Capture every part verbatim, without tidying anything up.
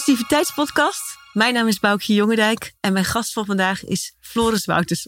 Positiviteitspodcast. Mijn naam is Boukje Jongendijk en mijn gast van vandaag is Floris Wouters.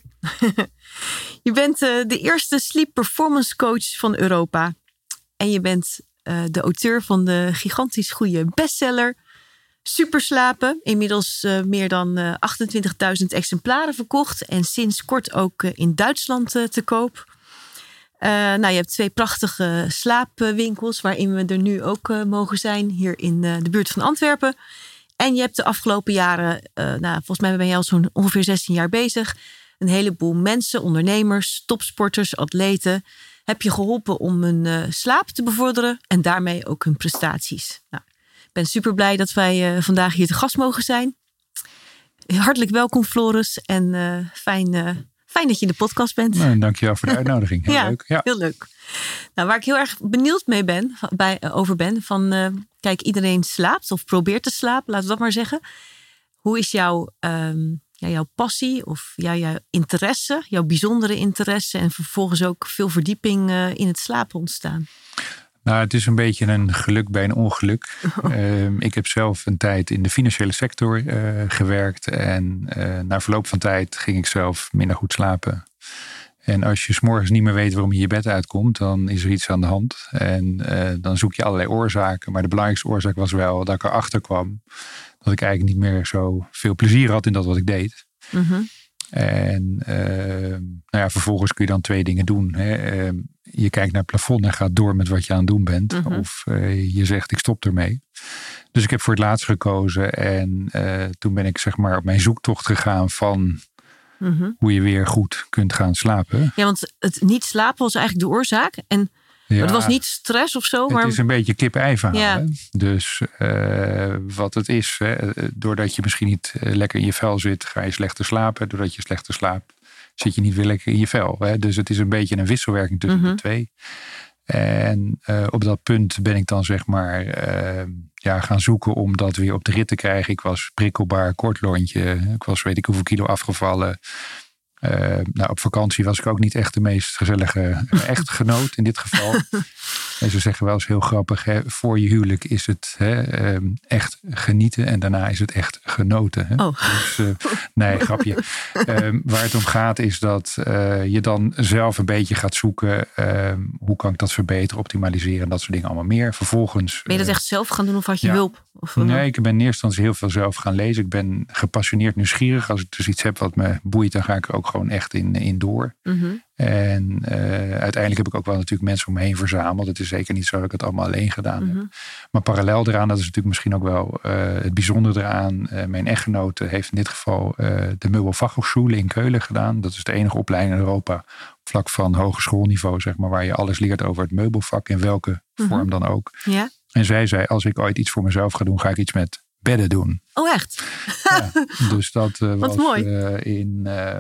Je bent uh, de eerste sleep performance coach van Europa. En je bent uh, de auteur van de gigantisch goede bestseller Superslapen. Inmiddels uh, meer dan uh, achtentwintigduizend exemplaren verkocht en sinds kort ook uh, in Duitsland uh, te koop. Uh, nou, je hebt twee prachtige slaapwinkels waarin we er nu ook uh, mogen zijn, hier in uh, de buurt van Antwerpen. En je hebt de afgelopen jaren, uh, nou, volgens mij ben je al zo'n ongeveer zestien jaar bezig, een heleboel mensen, ondernemers, topsporters, atleten, heb je geholpen om hun uh, slaap te bevorderen en daarmee ook hun prestaties. Nou, ik ben super blij dat wij uh, vandaag hier te gast mogen zijn. Hartelijk welkom, Floris, en uh, fijn... Uh, Fijn dat je in de podcast bent. Nou, dankjewel voor de uitnodiging. Heel ja, leuk. Ja, heel leuk. Nou, waar ik heel erg benieuwd mee ben, bij, over ben, van uh, kijk, iedereen slaapt of probeert te slapen, laten we dat maar zeggen. Hoe is jouw, um, ja, jouw passie of ja, jouw interesse, jouw bijzondere interesse en vervolgens ook veel verdieping uh, in het slapen ontstaan? Nou, het is een beetje een geluk bij een ongeluk. Oh. Uh, ik heb zelf een tijd in de financiële sector uh, gewerkt. En uh, na verloop van tijd ging ik zelf minder goed slapen. En als je 's morgens niet meer weet waarom je je bed uitkomt, dan is er iets aan de hand. En uh, dan zoek je allerlei oorzaken. Maar de belangrijkste oorzaak was wel dat ik erachter kwam dat ik eigenlijk niet meer zo veel plezier had in dat wat ik deed. Mm-hmm. En uh, nou ja, vervolgens kun je dan twee dingen doen. Hè. Uh, je kijkt naar het plafond en gaat door met wat je aan het doen bent. Mm-hmm. Of uh, je zegt ik stop ermee. Dus ik heb voor het laatst gekozen. En uh, toen ben ik zeg maar op mijn zoektocht gegaan van mm-hmm. hoe je weer goed kunt gaan slapen. Ja, want het niet slapen was eigenlijk de oorzaak. En ja, het was niet stress of zo. Maar het is een beetje kip-ei verhaal. Ja. Dus uh, wat het is, hè, doordat je misschien niet lekker in je vel zit, ga je slechter slapen. Doordat je slechter slaapt, zit je niet weer lekker in je vel. Hè? Dus het is een beetje een wisselwerking tussen mm-hmm. de twee. En uh, op dat punt ben ik dan zeg maar uh, ja, gaan zoeken om dat weer op de rit te krijgen. Ik was prikkelbaar, kort lontje. Ik was weet ik hoeveel kilo afgevallen. Uh, nou, op vakantie was ik ook niet echt de meest gezellige echtgenoot in dit geval. En ze zeggen wel eens heel grappig, hè, voor je huwelijk is het hè, um, echt genieten en daarna is het echt genoten. Hè? Oh. Dus, uh, nee, grapje. Um, waar het om gaat is dat uh, je dan zelf een beetje gaat zoeken, um, hoe kan ik dat verbeteren, optimaliseren en dat soort dingen allemaal meer. Vervolgens. Ben je dat uh, echt zelf gaan doen of had je ja. hulp? Of, nee, ik ben in eerste instantie heel veel zelf gaan lezen. Ik ben gepassioneerd nieuwsgierig. Als ik dus iets heb wat me boeit, dan ga ik er ook gewoon echt in, in door. Mm-hmm. En uh, uiteindelijk heb ik ook wel natuurlijk mensen om me heen verzameld. Het is zeker niet zo dat ik het allemaal alleen gedaan mm-hmm. heb. Maar parallel eraan, dat is natuurlijk misschien ook wel uh, het bijzondere eraan. Uh, mijn echtgenote heeft in dit geval uh, de Meubelfachhochschule in Keulen gedaan. Dat is de enige opleiding in Europa op vlak van hogeschoolniveau, zeg maar, waar je alles leert over het meubelvak in welke mm-hmm. vorm dan ook. Ja. En zij zei, als ik ooit iets voor mezelf ga doen, ga ik iets met bedden doen. Oh, echt? Ja, dus dat uh, was mooi. Uh, in uh,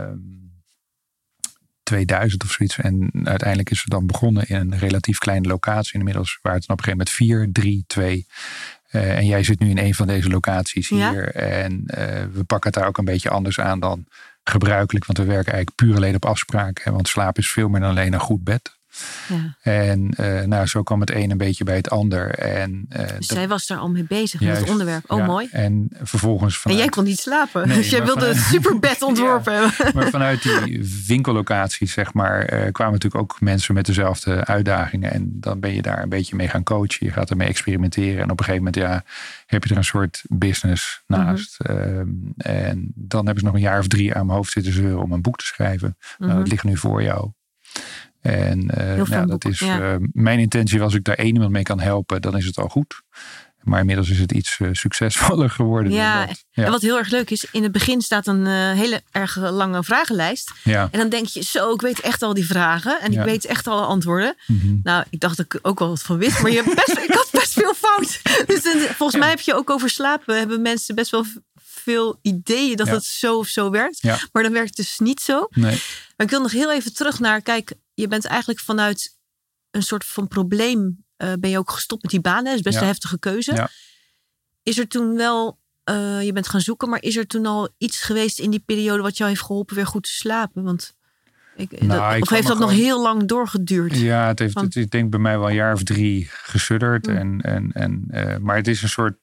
tweeduizend of zoiets. En uiteindelijk is ze dan begonnen in een relatief kleine locatie. Inmiddels waren het dan op een gegeven moment vier, drie, twee. Uh, en jij zit nu in een van deze locaties hier. Ja. En uh, we pakken het daar ook een beetje anders aan dan gebruikelijk. Want we werken eigenlijk puur alleen op afspraak. Hè, want slaap is veel meer dan alleen een goed bed. Ja. En uh, nou, zo kwam het een een beetje bij het ander. En, uh, dus dat, zij was daar al mee bezig juist, met het onderwerp. Oh, ja, mooi. En vervolgens vanuit, en jij kon niet slapen. Nee, dus jij wilde vanuit, een superbed ontworpen ja, hebben. Maar vanuit die winkellocaties, zeg maar, uh, kwamen natuurlijk ook mensen met dezelfde uitdagingen. En dan ben je daar een beetje mee gaan coachen. Je gaat ermee experimenteren. En op een gegeven moment ja, heb je er een soort business naast. Mm-hmm. Um, en dan hebben ze nog een jaar of drie aan mijn hoofd zitten zeuren om een boek te schrijven. Mm-hmm. Nou, dat ligt nu voor jou. En uh, nou, dat is ja. uh, mijn intentie. Als ik daar één iemand mee kan helpen, dan is het al goed. Maar inmiddels is het iets uh, succesvoller geworden. Ja, ja, en wat heel erg leuk is, in het begin staat een uh, hele erg lange vragenlijst. Ja. En dan denk je, zo, ik weet echt al die vragen. En ja. ik weet echt alle antwoorden. Mm-hmm. Nou, ik dacht dat ik ook wel wat van wist. Maar je hebt best, ik had best veel fout. Dus dan, volgens ja. mij heb je ook over slapen. Hebben mensen best wel veel ideeën dat ja. het zo of zo werkt. Ja. Maar dan werkt het dus niet zo. Nee. Maar ik wil nog heel even terug naar, kijk, je bent eigenlijk vanuit een soort van probleem uh, ben je ook gestopt met die baan. Dat is best ja. een heftige keuze. Ja. Is er toen wel, uh, je bent gaan zoeken, maar is er toen al iets geweest in die periode wat jou heeft geholpen weer goed te slapen? Want ik, nou, dat, ik of heeft dat gewoon, nog heel lang doorgeduurd? Ja, het heeft, Want, het, ik denk bij mij wel een jaar of drie gesudderd. Mm. En, en, en, uh, maar het is een soort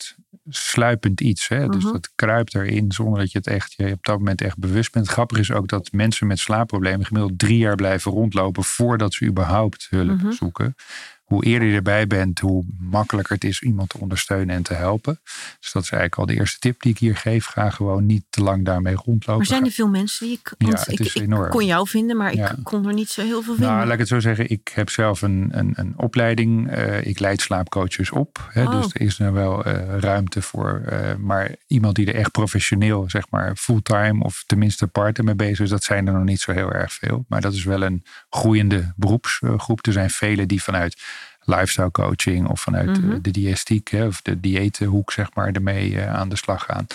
sluipend iets. Hè? Dus Mhm. dat kruipt erin zonder dat je het echt je op dat moment echt bewust bent. Grappig is ook dat mensen met slaapproblemen gemiddeld drie jaar blijven rondlopen voordat ze überhaupt hulp Mhm. zoeken. Hoe eerder je erbij bent, hoe makkelijker het is iemand te ondersteunen en te helpen. Dus dat is eigenlijk al de eerste tip die ik hier geef. Ga gewoon niet te lang daarmee rondlopen. Maar zijn er Ga- veel mensen die ik... Ja, Want het ik, is ik enorm. kon jou vinden, maar ik Ja. kon er niet zo heel veel vinden. Nou, laat ik het zo zeggen. Ik heb zelf een, een, een opleiding. Uh, ik leid slaapcoaches op. Hè, Oh. Dus er is er wel uh, ruimte voor. Uh, maar iemand die er echt professioneel, zeg maar, fulltime of tenminste part-time mee bezig is, dat zijn er nog niet zo heel erg veel. Maar dat is wel een groeiende beroepsgroep. Er zijn velen die vanuit lifestyle coaching of vanuit Mhm. uh, de diëtiek, hè, of de dieethoek, zeg maar, ermee uh, aan de slag gaan.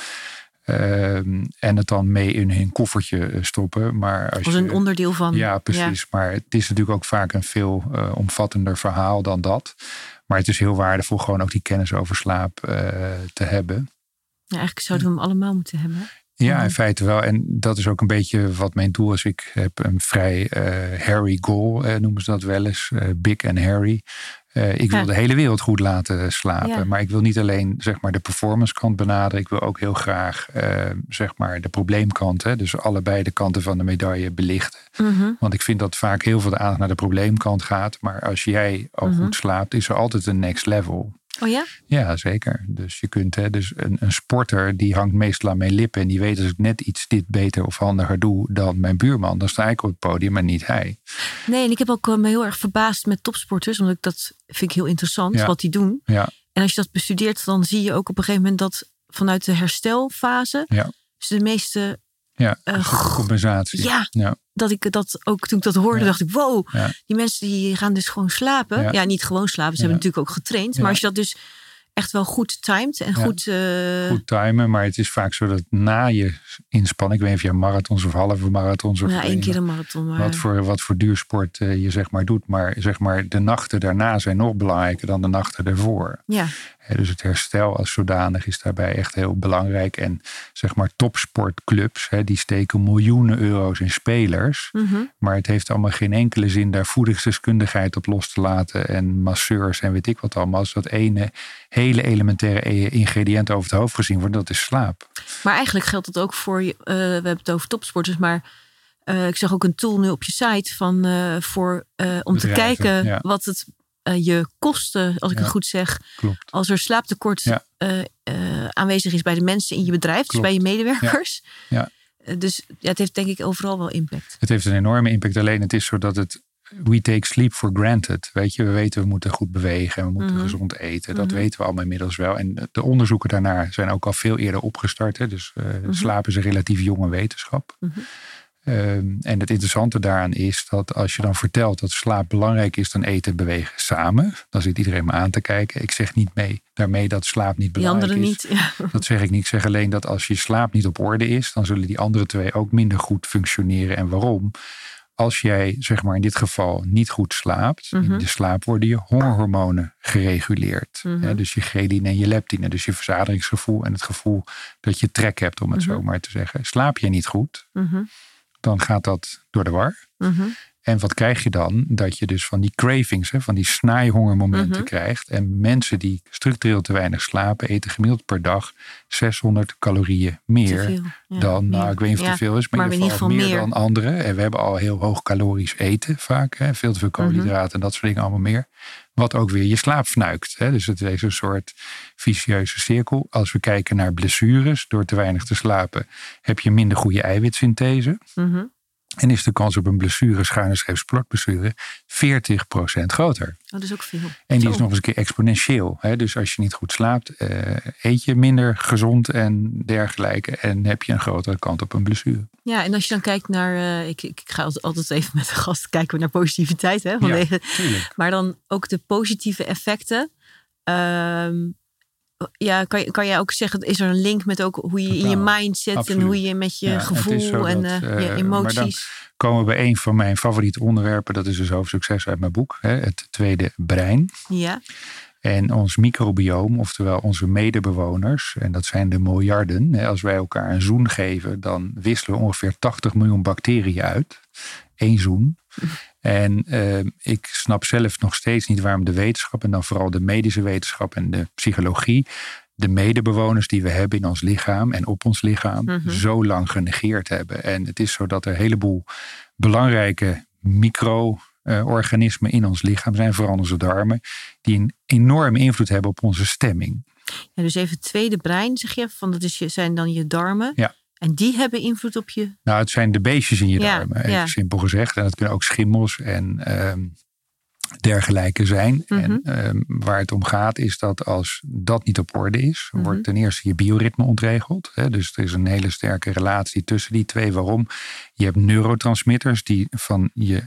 Um, en het dan mee in hun koffertje stoppen. Maar als Als een je, onderdeel van... Ja, precies. Ja. Maar het is natuurlijk ook vaak een veel uh, omvattender verhaal dan dat. Maar het is heel waardevol gewoon ook die kennis over slaap uh, te hebben. Ja, eigenlijk zouden we hem allemaal moeten hebben. Ja, in feite wel. En dat is ook een beetje wat mijn doel is. Ik heb een vrij uh, hairy goal, uh, noemen ze dat wel eens. Uh, big and hairy. Uh, ik wil ja. de hele wereld goed laten slapen. Ja. Maar ik wil niet alleen zeg maar, de performance kant benaderen. Ik wil ook heel graag uh, zeg maar, de probleemkant. Hè, dus allebei de kanten van de medaille belichten. Mm-hmm. Want ik vind dat vaak heel veel de aandacht naar de probleemkant gaat. Maar als jij al mm-hmm. goed slaapt, is er altijd een next level. Oh ja? Ja, zeker. Dus je kunt, hè, dus een, een sporter die hangt meestal aan mijn lippen. En die weet als ik net iets dit beter of handiger doe dan mijn buurman. Dan sta ik op het podium, maar niet hij. Nee, en ik heb ook me heel erg verbaasd met topsporters. Omdat ik dat vind ik heel interessant, ja. wat die doen. Ja. En als je dat bestudeert, dan zie je ook op een gegeven moment dat vanuit de herstelfase. Ja. Dus de meeste... Ja, uh, compensatie. Ja, ja, dat ik dat ook toen ik dat hoorde, ja. dacht ik, wow, ja. die mensen die gaan dus gewoon slapen. Ja, ja niet gewoon slapen, ze ja. hebben natuurlijk ook getraind. Ja. Maar als je dat dus echt wel goed timed en ja. goed... Uh... Goed timen, maar het is vaak zo dat na je inspanning, ik weet niet of je marathons of halve marathons of ja, één keer een marathon. Maar... Wat voor, wat voor duursport uh, je zeg maar doet. Maar zeg maar de nachten daarna zijn nog belangrijker dan de nachten ervoor. Ja. He, dus het herstel als zodanig is daarbij echt heel belangrijk. En zeg maar topsportclubs, he, die steken miljoenen euro's in spelers. Mm-hmm. Maar het heeft allemaal geen enkele zin daar voedingsdeskundigheid op los te laten. En masseurs en weet ik wat allemaal. Als dat ene hele elementaire ingrediënt over het hoofd gezien wordt, dat is slaap. Maar eigenlijk geldt dat ook voor, uh, we hebben het over topsporters, maar uh, ik zag ook een tool nu op je site van uh, voor uh, om Bedrijven, te kijken ja. wat het uh, je kosten, als ik ja. het goed zeg, Klopt. als er slaaptekort ja. uh, uh, aanwezig is bij de mensen in je bedrijf, Klopt. dus bij je medewerkers. Ja. Ja. Uh, dus ja, het heeft denk ik overal wel impact. Het heeft een enorme impact, alleen het is zo dat het we take sleep for granted. Weet je, we weten we moeten goed bewegen en we moeten mm-hmm. gezond eten. Dat mm-hmm. weten we allemaal inmiddels wel. En de onderzoeken daarnaar zijn ook al veel eerder opgestart. Hè. Dus uh, mm-hmm. slaap is een relatief jonge wetenschap. Mm-hmm. Um, en het interessante daaraan is dat als je dan vertelt dat slaap belangrijk is dan eten en bewegen samen. Dan zit iedereen me aan te kijken. Ik zeg niet mee, daarmee dat slaap niet belangrijk die is. Niet, ja. Dat zeg ik niet. Ik zeg alleen dat als je slaap niet op orde is, dan zullen die andere twee ook minder goed functioneren. En waarom? Als jij, zeg maar in dit geval, niet goed slaapt, mm-hmm. in de slaap worden je hongerhormonen gereguleerd. Mm-hmm. He, dus je ghreline en je leptine, dus je verzadigingsgevoel en het gevoel dat je trek hebt, om het mm-hmm. zo maar te zeggen. Slaap je niet goed, mm-hmm. dan gaat dat door de war. Mm-hmm. En wat krijg je dan? Dat je dus van die cravings, hè, van die snaaihongermomenten mm-hmm. krijgt. En mensen die structureel te weinig slapen, eten gemiddeld per dag zeshonderd calorieën meer ja, dan, meer. nou ik weet niet of het ja, te veel is, maar, maar in ieder geval meer, meer dan anderen. En we hebben al heel hoog calorisch eten vaak. Hè, veel te veel koolhydraten mm-hmm. en dat soort dingen allemaal meer. Wat ook weer je slaap fnuikt. Hè. Dus het is een soort vicieuze cirkel. Als we kijken naar blessures, door te weinig te slapen, heb je minder goede eiwitsynthese. Mm-hmm. En is de kans op een blessure, schuine streep sportblessure, veertig procent groter. Oh, dat is ook veel. En die Zo. is nog eens een keer exponentieel. Hè? Dus als je niet goed slaapt, uh, eet je minder gezond en dergelijke. En heb je een grotere kans op een blessure. Ja, en als je dan kijkt naar, uh, ik, ik ga altijd even met de gast kijken we naar positiviteit. Hè, vanwege, ja, maar dan ook de positieve effecten. Uh, Ja, kan, kan jij ook zeggen, is er een link met ook hoe je in je mindset Absoluut. En hoe je met je ja, gevoel en dat, uh, je emoties. Maar dan komen we bij een van mijn favoriete onderwerpen, dat is dus over succes uit mijn boek, hè, het tweede brein. Ja. En ons microbioom, oftewel onze medebewoners, en dat zijn de miljarden. Hè, als wij elkaar een zoen geven, dan wisselen we ongeveer tachtig miljoen bacteriën uit. Eén zoen. En uh, ik snap zelf nog steeds niet waarom de wetenschap en dan vooral de medische wetenschap en de psychologie de medebewoners die we hebben in ons lichaam en op ons lichaam Mm-hmm. zo lang genegeerd hebben. En het is zo dat er een heleboel belangrijke micro-organismen in ons lichaam zijn, vooral onze darmen, die een enorme invloed hebben op onze stemming. Ja, dus even het tweede brein, zeg je, van dat is je, zijn dan je darmen. Ja. En die hebben invloed op je... Nou, het zijn de beestjes in je Ja, darmen, even ja. simpel gezegd. En dat kunnen ook schimmels en ehm, dergelijke zijn. Mm-hmm. En ehm, waar het om gaat is dat als dat niet op orde is, Mm-hmm. wordt ten eerste je bioritme ontregeld. Hè? Dus er is een hele sterke relatie tussen die twee. Waarom? Je hebt neurotransmitters die van je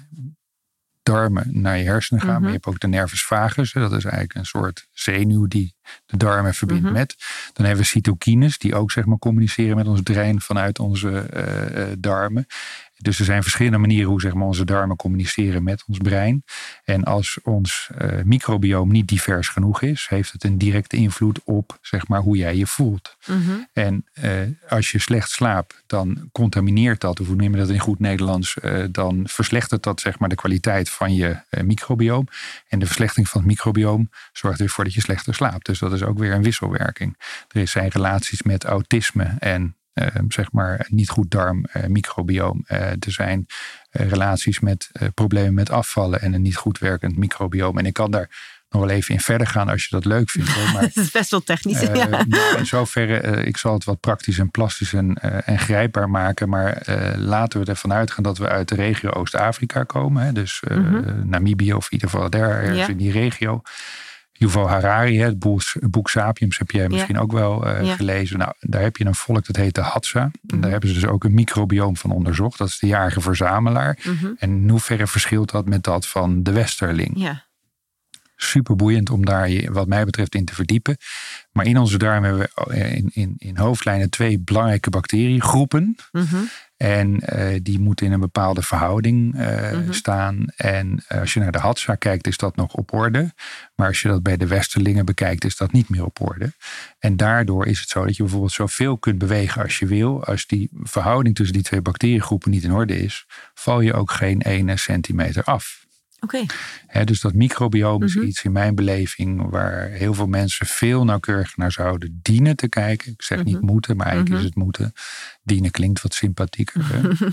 darmen naar je hersenen gaan. Mm-hmm. Maar je hebt ook de nervus vagus. Hè? Dat is eigenlijk een soort zenuw die de darmen verbindt Mm-hmm. met. Dan hebben we cytokines die ook zeg maar communiceren met ons brein vanuit onze uh, uh, darmen. Dus er zijn verschillende manieren hoe zeg maar, onze darmen communiceren met ons brein. En als ons uh, microbioom niet divers genoeg is, heeft het een directe invloed op zeg maar, hoe jij je voelt. Mm-hmm. En uh, als je slecht slaapt, dan contamineert dat, of hoe noem je dat in goed Nederlands, uh, dan verslechtert dat zeg maar, de kwaliteit van je uh, microbioom. En de verslechtering van het microbioom zorgt ervoor dat je slechter slaapt. Dus dat is ook weer een wisselwerking. Er zijn relaties met autisme en Uh, zeg maar niet goed darm, uh, microbioom. Uh, er zijn uh, relaties met uh, problemen met afvallen en een niet goed werkend microbioom. En ik kan daar nog wel even in verder gaan als je dat leuk vindt. Hoor. Maar, Het is best wel technisch. uh, ja. nou, in zoverre, uh, ik zal het wat praktisch en plastisch en, uh, en grijpbaar maken. Maar uh, laten we ervan uitgaan dat we uit de regio Oost-Afrika komen. Hè, dus uh, mm-hmm. Namibië of in ieder geval daar ergens ja. in die regio. Yuval Harari, het boek Sapiens heb jij misschien ja. ook wel uh, ja. gelezen. Nou, daar heb je een volk dat heet de Hadza. Mm-hmm. En daar hebben ze dus ook een microbioom van onderzocht. Dat is de jager-verzamelaar. Mm-hmm. En in hoeverre verschilt dat met dat van de westerling? Ja. Super boeiend om daar je, wat mij betreft in te verdiepen. Maar in onze darm hebben we in, in, in hoofdlijnen twee belangrijke bacteriegroepen. Mm-hmm. En uh, die moeten in een bepaalde verhouding uh, mm-hmm. staan. En uh, als je naar de Hadza kijkt, is dat nog op orde. Maar als je dat bij de westerlingen bekijkt, is dat niet meer op orde. En daardoor is het zo dat je bijvoorbeeld zoveel kunt bewegen als je wil. Als die verhouding tussen die twee bacteriegroepen niet in orde is, val je ook geen ene centimeter af. Okay. He, dus dat microbioom is mm-hmm. iets in mijn beleving waar heel veel mensen veel nauwkeuriger naar zouden dienen te kijken. Ik zeg mm-hmm. niet moeten, maar eigenlijk mm-hmm. is het moeten. Dienen klinkt wat sympathieker.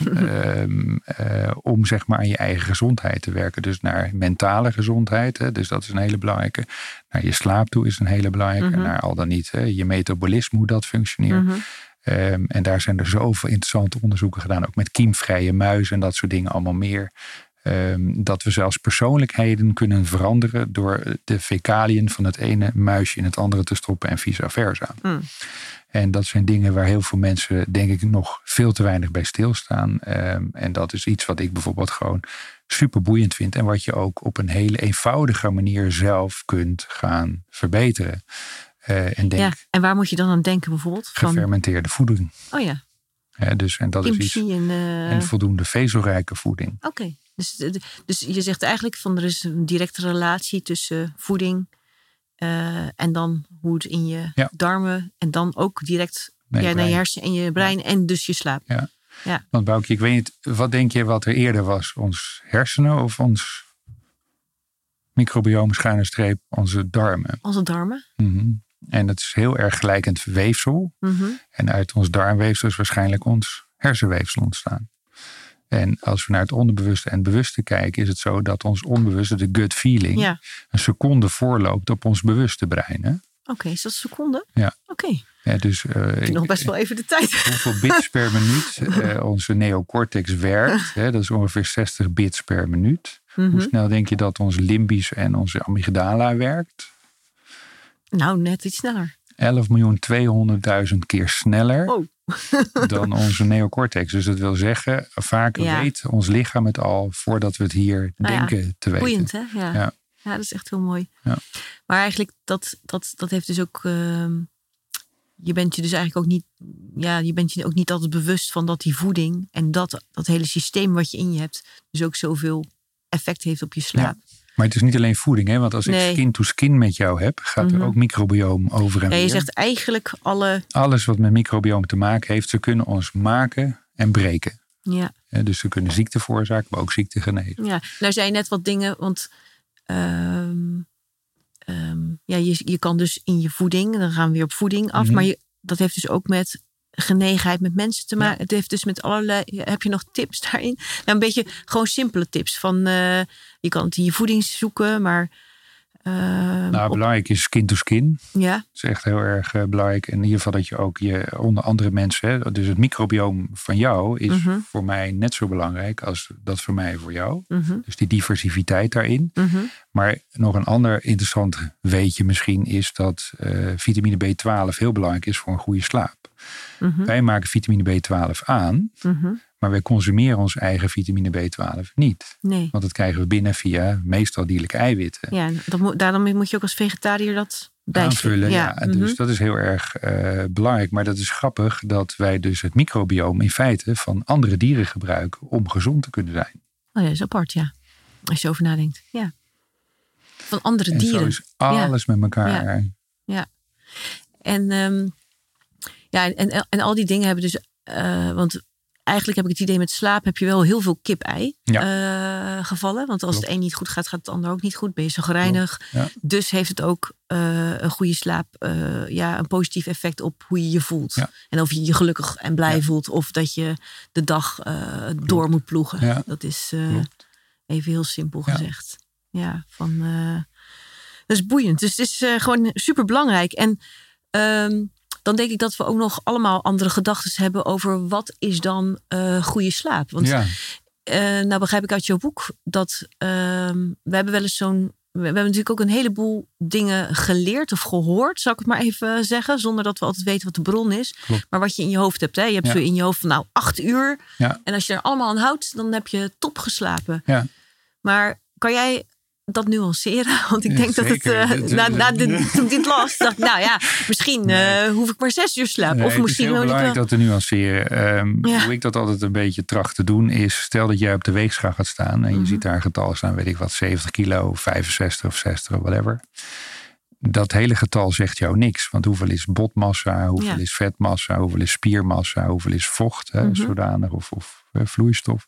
um, uh, om zeg maar aan je eigen gezondheid te werken. Dus naar mentale gezondheid. Hè, dus dat is een hele belangrijke. Naar je slaap toe is een hele belangrijke. Mm-hmm. Naar al dan niet hè, je metabolisme, hoe dat functioneert. Mm-hmm. Um, en daar zijn er zoveel interessante onderzoeken gedaan. Ook met kiemvrije muizen en dat soort dingen allemaal meer. Um, dat we zelfs persoonlijkheden kunnen veranderen door de fecaliën van het ene muisje in het andere te stoppen en vice versa. Mm. En dat zijn dingen waar heel veel mensen denk ik nog veel te weinig bij stilstaan. Um, en dat is iets wat ik bijvoorbeeld gewoon super boeiend vind. En wat je ook op een hele eenvoudige manier zelf kunt gaan verbeteren. Uh, en, denk, ja, en waar moet je dan aan denken bijvoorbeeld? Van... Gefermenteerde voeding. Oh ja. Ja, dus, en dat Kimchi is iets. En, uh... en voldoende vezelrijke voeding. Oké. Okay. Dus, dus je zegt eigenlijk van er is een directe relatie tussen voeding uh, en dan hoe het in je ja. darmen en dan ook direct nee, ja, naar je hersenen en je brein ja. en dus je slaap. Ja. Ja. Want Boukje, ik weet niet, wat denk je wat er eerder was? Ons hersenen of ons microbioom schuine streep onze darmen? Onze darmen. Mm-hmm. En dat is heel erg gelijkend weefsel. Mm-hmm. En uit ons darmweefsel is waarschijnlijk ons hersenweefsel ontstaan. En als we naar het onderbewuste en het bewuste kijken, is het zo dat ons onbewuste, de gut feeling, ja. een seconde voorloopt op ons bewuste brein. Oké, okay, is dat een seconde? Ja. Oké. Okay. Ja, dus, uh, ik nog best wel even de tijd. Hoeveel bits per minuut uh, onze neocortex werkt, hè, dat is ongeveer zestig bits per minuut. Mm-hmm. Hoe snel denk je dat ons limbisch en onze amygdala werkt? Nou, net iets sneller. elf miljoen tweehonderdduizend keer sneller. Oh. dan onze neocortex. Dus dat wil zeggen, vaak ja. weet ons lichaam het al voordat we het hier nou denken ja. te weten. Boeiend, hè? Ja. Ja. ja, dat is echt heel mooi. Ja. Maar eigenlijk, dat, dat, dat heeft dus ook... Uh, je bent je dus eigenlijk ook niet... Ja, je bent je ook niet altijd bewust van dat die voeding en dat, dat hele systeem wat je in je hebt, dus ook zoveel effect heeft op je slaap. Ja. Maar het is niet alleen voeding, hè? Want als nee. ik skin-to-skin met jou heb, gaat mm-hmm. er ook microbioom over en ja, weer. Je zegt eigenlijk alle... Alles wat met microbioom te maken heeft, ze kunnen ons maken en breken. Ja. Ja, dus ze kunnen ziekte veroorzaken, maar ook ziekte genezen. Ja, nou zei je net wat dingen, want uh, um, ja, je, je kan dus in je voeding, dan gaan we weer op voeding af. Mm-hmm. Maar je, dat heeft dus ook met genegenheid met mensen te maken. Ja. Het heeft dus met allerlei... Heb je nog tips daarin? Nou, een beetje gewoon simpele tips. Van, uh, je kan het in je voeding zoeken, maar... Uh, nou, op... belangrijk is skin to skin. Ja. Dat is echt heel erg uh, belangrijk. En in ieder geval dat je ook je onder andere mensen... Hè, dus het microbioom van jou is mm-hmm. voor mij net zo belangrijk als dat voor mij voor jou. Mm-hmm. Dus die diversiteit daarin. Mm-hmm. Maar nog een ander interessant weetje misschien is dat uh, vitamine B twaalf heel belangrijk is voor een goede slaap. Mm-hmm. Wij maken vitamine B twaalf aan, mm-hmm. maar wij consumeren ons eigen vitamine B twaalf niet. Nee. Want dat krijgen we binnen via meestal dierlijke eiwitten. Ja, dat moet, daarom moet je ook als vegetariër dat aanvullen. Ja, ja. Mm-hmm. Dus dat is heel erg uh, belangrijk. Maar dat is grappig dat wij dus het microbioom in feite van andere dieren gebruiken om gezond te kunnen zijn. Oh ja, dat is apart, ja. Als je over nadenkt. Ja. Van andere en dieren. Zo is alles ja. met elkaar. Ja. ja. En, um, ja, en, en al die dingen hebben dus... Uh, want eigenlijk heb ik het idee met slaap heb je wel heel veel kip-ei ja. uh, gevallen. Want als Klopt. het een niet goed gaat, gaat het ander ook niet goed. Ben je zagrijnig. Ja. Dus heeft het ook uh, een goede slaap uh, ja, een positief effect op hoe je je voelt. Ja. En of je je gelukkig en blij ja. voelt. Of dat je de dag uh, door moet ploegen. Ja. Dat is uh, even heel simpel ja. gezegd. Ja, van, uh, dat is boeiend. Dus het is uh, gewoon super belangrijk. En um, dan denk ik dat we ook nog allemaal andere gedachten hebben over wat is dan uh, goede slaap. Want ja. uh, nou begrijp ik uit jouw boek dat uh, we hebben wel eens zo'n... We hebben natuurlijk ook een heleboel dingen geleerd of gehoord, zal ik het maar even zeggen. Zonder dat we altijd weten wat de bron is. Klopt. Maar wat je in je hoofd hebt. Hè? Je hebt ja. zo in je hoofd van nou acht uur. Ja. En als je er allemaal aan houdt, dan heb je top geslapen. Ja. Maar kan jij dat nuanceren? Want ik denk ja, dat het... Uh, na, na de, toen ik dit las, dacht ik, nou ja, misschien nee. uh, hoef ik maar zes uur slapen. Nee, of het misschien is heel belangrijk wel... dat te nuanceren. Um, ja. Hoe ik dat altijd een beetje tracht te doen is, stel dat jij op de weegschaal gaat staan en je mm-hmm. ziet daar een getal staan, weet ik wat, zeventig kilo, vijfenzestig of zestig of whatever. Dat hele getal zegt jou niks. Want hoeveel is botmassa, hoeveel ja. is vetmassa, hoeveel is spiermassa, hoeveel is vocht, hè, mm-hmm. zodanig of, of uh, vloeistof.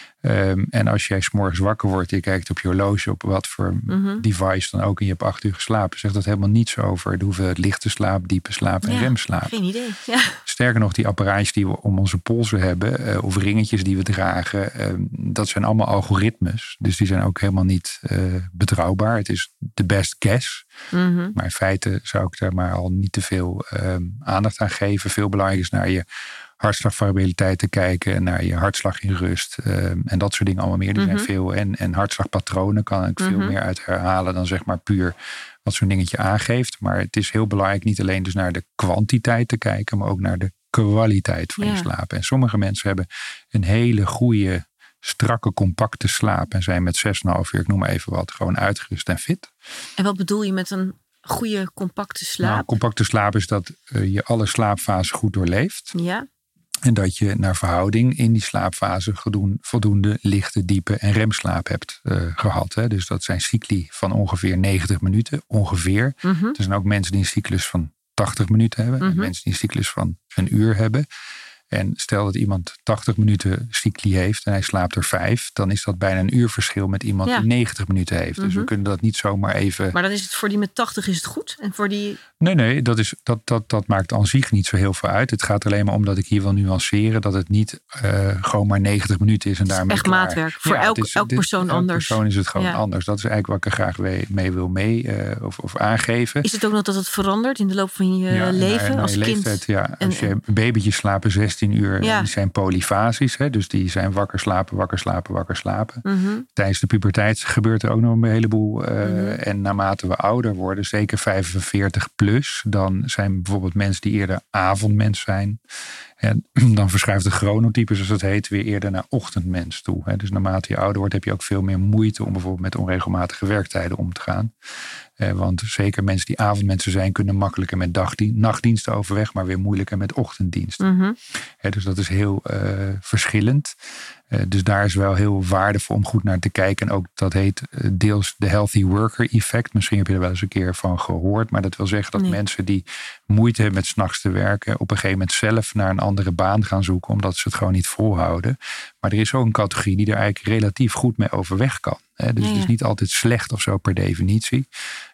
Um, en als jij 's morgens wakker wordt, je kijkt op je horloge op wat voor mm-hmm. device dan ook en je hebt acht uur geslapen, zegt dat helemaal niets over de hoeveelheid lichte slaap, diepe slaap en ja, remslaap. Geen idee. Ja. Sterker nog, die apparaatjes die we om onze polsen hebben, uh, of ringetjes die we dragen, um, dat zijn allemaal algoritmes. Dus die zijn ook helemaal niet uh, betrouwbaar. Het is de best guess. Mm-hmm. Maar in feite zou ik daar maar al niet te veel um, aandacht aan geven. Veel belangrijker is naar je hartslagvariabiliteit te kijken, naar je hartslag in rust um, en dat soort dingen allemaal meer. Die mm-hmm. zijn veel en, en hartslagpatronen kan ik mm-hmm. veel meer uit herhalen dan zeg maar puur wat zo'n dingetje aangeeft. Maar het is heel belangrijk niet alleen dus naar de kwantiteit te kijken, maar ook naar de kwaliteit van ja. je slaap. En sommige mensen hebben een hele goede, strakke, compacte slaap en zijn met zes komma vijf uur, ik noem maar even wat, gewoon uitgerust en fit. En wat bedoel je met een goede, compacte slaap? Nou, compacte slaap is dat uh, je alle slaapfasen goed doorleeft. Ja. En dat je naar verhouding in die slaapfase voldoende lichte, diepe en remslaap hebt uh, gehad. Hè. Dus dat zijn cycli van ongeveer negentig minuten. Ongeveer. Mm-hmm. Er zijn ook mensen die een cyclus van tachtig minuten hebben. Mm-hmm. En mensen die een cyclus van een uur hebben. En stel dat iemand tachtig minuten cycli heeft en hij slaapt er vijf, dan is dat bijna een uur verschil met iemand ja. die negentig minuten heeft. Mm-hmm. Dus we kunnen dat niet zomaar even... Maar dan is het voor die met tachtig is het goed? En voor die... Nee, nee, dat, is, dat, dat, dat maakt aan zich niet zo heel veel uit. Het gaat alleen maar om dat ik hier wil nuanceren dat het niet uh, gewoon maar negentig minuten is en daarmee echt klaar. Maatwerk. Voor ja, elk, is, elk persoon dit, anders. Elk persoon is het gewoon ja. anders. Dat is eigenlijk wat ik er graag mee wil mee uh, of, of aangeven. Is het ook nog dat het verandert in de loop van je ja, leven naar, als naar je kind? Leeftijd, ja. En, als je babytjes slapen zestien uur, ja. die zijn polyfasisch. Hè, dus die zijn wakker slapen, wakker slapen, wakker slapen. Mm-hmm. Tijdens de puberteit gebeurt er ook nog een heleboel. Uh, mm-hmm. En naarmate we ouder worden, zeker vijfenveertig plus, dan zijn bijvoorbeeld mensen die eerder avondmens zijn. En dan verschuift de chronotype, zoals het heet, weer eerder naar ochtendmens toe. Hè. Dus naarmate je ouder wordt, heb je ook veel meer moeite om bijvoorbeeld met onregelmatige werktijden om te gaan. Eh, want zeker mensen die avondmensen zijn, kunnen makkelijker met dagdien- nachtdiensten overweg, maar weer moeilijker met ochtenddiensten. Mm-hmm. Eh, dus dat is heel uh, verschillend. Uh, dus daar is wel heel waardevol om goed naar te kijken. En ook dat heet uh, deels de healthy worker effect. Misschien heb je er wel eens een keer van gehoord. Maar dat wil zeggen dat nee. mensen die moeite hebben met 's nachts te werken, op een gegeven moment zelf naar een andere baan gaan zoeken, omdat ze het gewoon niet volhouden. Maar er is ook een categorie die er eigenlijk relatief goed mee overweg kan. Hè? Dus ja, ja. het is niet altijd slecht of zo per definitie.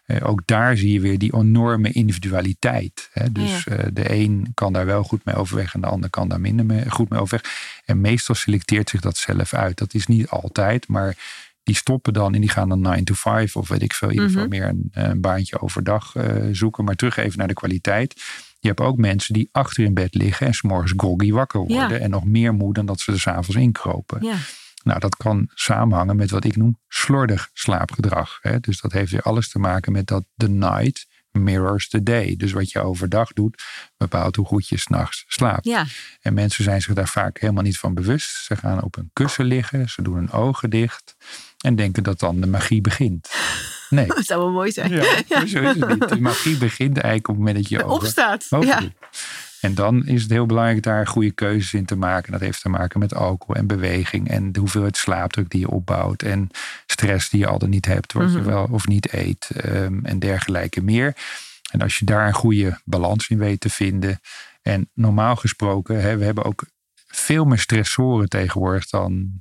Uh, ook daar zie je weer die enorme individualiteit. Hè? Dus ja. uh, de een kan daar wel goed mee overweg en de ander kan daar minder mee, goed mee overweg. En meestal selecteert zich dat zelf uit. Dat is niet altijd, maar die stoppen dan en die gaan dan nine to five of weet ik veel. In ieder geval mm-hmm. meer een, een baantje overdag uh, zoeken. Maar terug even naar de kwaliteit. Je hebt ook mensen die achter in bed liggen en 's morgens groggy wakker worden. Ja. En nog meer moe dan dat ze er 's avonds inkropen. Ja. Nou, dat kan samenhangen met wat ik noem slordig slaapgedrag. Hè? Dus dat heeft weer alles te maken met dat the night mirrors the day. Dus wat je overdag doet, bepaalt hoe goed je 's nachts slaapt. Ja. En mensen zijn zich daar vaak helemaal niet van bewust. Ze gaan op een kussen liggen, ze doen hun ogen dicht en denken dat dan de magie begint. Nee. Dat zou wel mooi zijn. Ja, ja. Zo is het niet. De magie begint eigenlijk op het moment dat je opstaat. Ja. En dan is het heel belangrijk daar goede keuzes in te maken. Dat heeft te maken met alcohol en beweging. En de hoeveelheid slaapdruk die je opbouwt. En stress die je al dan niet hebt. Wat mm-hmm. je wel of niet eet. Um, en dergelijke meer. En als je daar een goede balans in weet te vinden. En normaal gesproken. Hè, we hebben ook veel meer stressoren tegenwoordig dan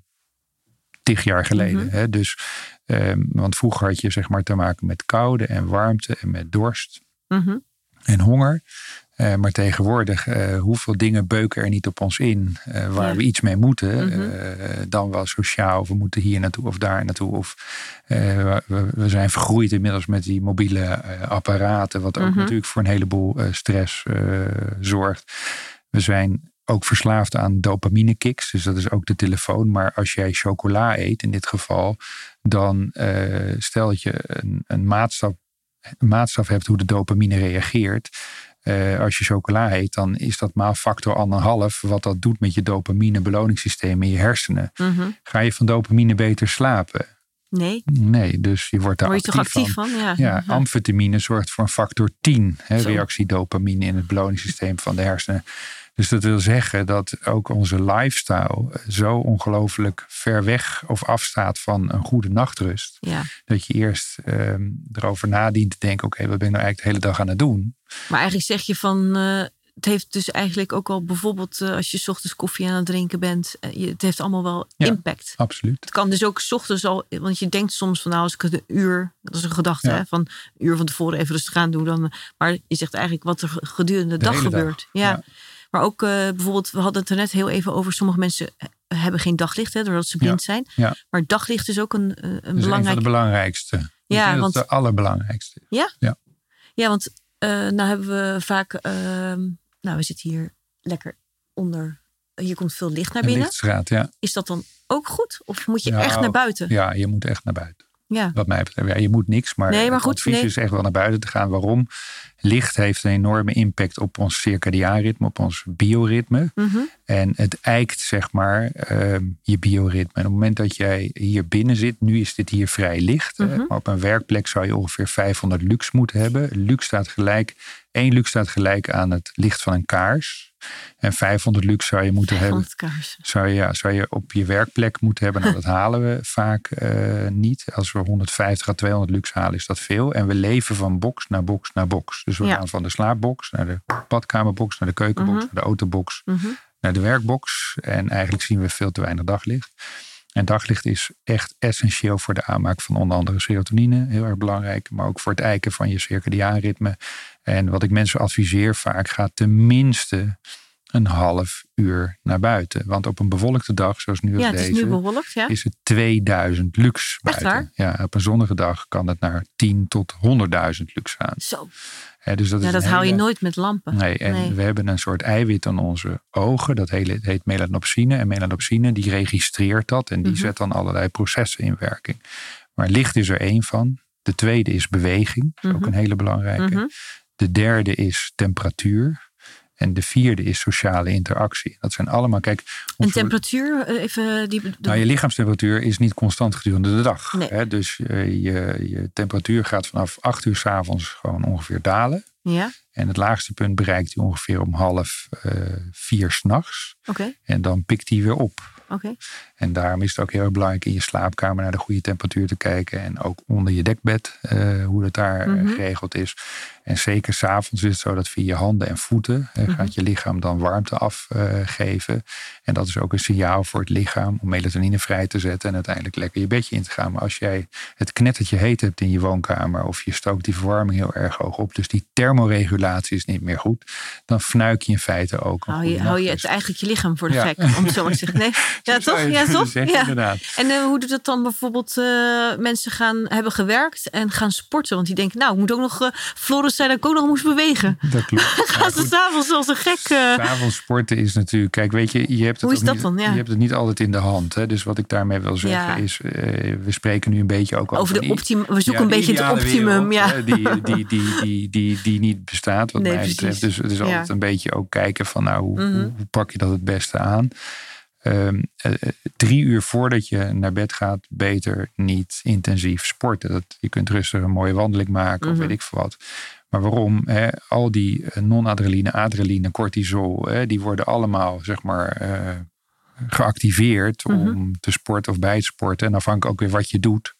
tig jaar geleden. Mm-hmm. Hè? Dus, um, want vroeger had je zeg maar te maken met koude en warmte. En met dorst. Mm-hmm. En honger. Uh, maar tegenwoordig, uh, hoeveel dingen beuken er niet op ons in. Uh, waar ja. we iets mee moeten. Mm-hmm. Uh, dan wel sociaal. Of we moeten hier naartoe of daar naartoe. Of uh, we, we zijn vergroeid inmiddels met die mobiele uh, apparaten. Wat ook mm-hmm. natuurlijk voor een heleboel uh, stress uh, zorgt. We zijn ook verslaafd aan dopamine kicks. Dus dat is ook de telefoon. Maar als jij chocola eet in dit geval. Dan uh, stel dat je een, een maatstaf, een maatstaf hebt hoe de dopamine reageert. Uh, als je chocola eet, dan is dat maal factor anderhalf. Wat dat doet met je dopamine beloningssysteem in je hersenen. Mm-hmm. Ga je van dopamine beter slapen? Nee. Nee, dus je wordt daar Word je actief, toch actief van. van? Ja. Ja, amfetamine zorgt voor een factor tien. Hè, reactie dopamine in het beloningssysteem van de hersenen. Dus dat wil zeggen dat ook onze lifestyle zo ongelooflijk ver weg of afstaat van een goede nachtrust. Ja. Dat je eerst um, erover nadient te denken, oké, okay, wat ben ik nou eigenlijk de hele dag aan het doen? Maar eigenlijk zeg je van, uh, het heeft dus eigenlijk ook al bijvoorbeeld uh, als je 's ochtends koffie aan het drinken bent. Uh, je, het heeft allemaal wel ja, impact. Absoluut. Het kan dus ook 's ochtends al, want je denkt soms van nou als ik het een uur, dat is een gedachte ja. hè, van een uur van tevoren even rustig aan doen. Dan, maar je zegt eigenlijk wat er gedurende de, de dag gebeurt. Dag. Ja. ja. Maar ook uh, bijvoorbeeld, we hadden het er net heel even over. Sommige mensen hebben geen daglicht, hè, doordat ze blind ja, zijn. Ja. Maar daglicht is ook een, een dat is belangrijk... een van de belangrijkste. Ja, dat want... is de allerbelangrijkste. Ja? Ja, ja want uh, nou hebben we vaak... Uh, nou, we zitten hier lekker onder... Hier komt veel licht naar binnen. Een lichtstraat, ja. Is dat dan ook goed? Of moet je ja, echt naar buiten? Ja, je moet echt naar buiten. Ja. Wat mij betreft. Ja, je moet niks, maar, nee, maar het goed, advies nee. is echt wel naar buiten te gaan. Waarom? Licht heeft een enorme impact op ons circadiaan ritme, op ons bioritme. Mm-hmm. En het eikt, zeg maar, uh, je bioritme. En op het moment dat jij hier binnen zit, nu is dit hier vrij licht. Mm-hmm. Hè, maar op een werkplek zou je ongeveer vijfhonderd lux moeten hebben. Lux staat gelijk, één lux staat gelijk aan het licht van een kaars. En vijfhonderd lux zou je moeten hebben. Zou je, ja, zou je op je werkplek moeten hebben. Nou, dat halen we vaak uh, niet. Als we honderdvijftig à tweehonderd lux halen, is dat veel. En we leven van box naar box naar box. Dus we ja. gaan van de slaapbox naar de badkamerbox, naar de keukenbox, mm-hmm. naar de autobox, mm-hmm. naar de werkbox. En eigenlijk zien we veel te weinig daglicht. En daglicht is echt essentieel voor de aanmaak van onder andere serotonine. Heel erg belangrijk. Maar ook voor het eiken van je circadiaan ritme. En wat ik mensen adviseer vaak, gaat tenminste een half uur naar buiten. Want op een bewolkte dag, zoals nu ja, als het deze, is, nu bewolkt, ja. is het tweeduizend lux buiten. Echt waar? Ja, op een zonnige dag kan het naar tien tot honderdduizend lux gaan. Zo. He, dus dat ja, is dat hele... hou je nooit met lampen. Nee, en nee. we hebben een soort eiwit aan onze ogen. Dat heet melanopsine. En melanopsine die registreert dat. En die mm-hmm. zet dan allerlei processen in werking. Maar licht is er één van. De tweede is beweging. Dat is mm-hmm. ook een hele belangrijke. Mm-hmm. De derde is temperatuur. En de vierde is sociale interactie. Dat zijn allemaal, kijk... En temperatuur, even... Die... Nou, je lichaamstemperatuur is niet constant gedurende de dag. Nee. Hè? Dus uh, je, je temperatuur gaat vanaf acht uur 's avonds gewoon ongeveer dalen. Ja. En het laagste punt bereikt hij ongeveer om half uh, vier 's nachts. Okay. En dan pikt hij weer op. Okay. En daarom is het ook heel erg belangrijk in je slaapkamer naar de goede temperatuur te kijken. En ook onder je dekbed, uh, hoe dat daar mm-hmm. geregeld is. En zeker 's avonds is het zo dat via je handen en voeten uh, mm-hmm. gaat je lichaam dan warmte afgeven. Uh, en dat is ook een signaal voor het lichaam om melatonine vrij te zetten. En uiteindelijk lekker je bedje in te gaan. Maar als jij het knettertje heet hebt in je woonkamer. Of je stookt die verwarming heel erg hoog op. Dus die thermoregulatie is niet meer goed. Dan fnuik je in feite ook. Hou je, hou je het eigenlijk je lichaam voor de ja. gek. Om het zo maar te zeggen. Nee. Ja, toch? Ja, toch? Zeggen, ja. Inderdaad. En uh, hoe doet het dan bijvoorbeeld uh, mensen gaan hebben gewerkt en gaan sporten? Want die denken, nou, ik moet ook nog uh, Floris zei dat ik ook nog moest bewegen. Dat klopt. gaan ze s'avonds als een gek. Uh... S'avonds sporten is natuurlijk, kijk, weet je, je hebt het, hoe is ook dat niet, dan? Ja. Je hebt het niet altijd in de hand. Hè? Dus wat ik daarmee wil zeggen ja. is, uh, we spreken nu een beetje ook over, over de optimum. We zoeken ja, een beetje het optimum. Wereld, ja. die, die, die, die, die, die niet bestaat, wat nee, mij betreft. Dus het is ja. altijd een beetje ook kijken van, nou, hoe, mm-hmm. hoe, hoe pak je dat het beste aan? Um, uh, drie uur voordat je naar bed gaat, beter niet intensief sporten. Dat, je kunt rustig een mooie wandeling maken mm-hmm. of weet ik veel wat. Maar waarom? Hè? Al die non-adrenaline, adrenaline, cortisol, hè, die worden allemaal zeg maar uh, geactiveerd mm-hmm. om te sporten of bij te sporten. En afhankelijk ook weer wat je doet.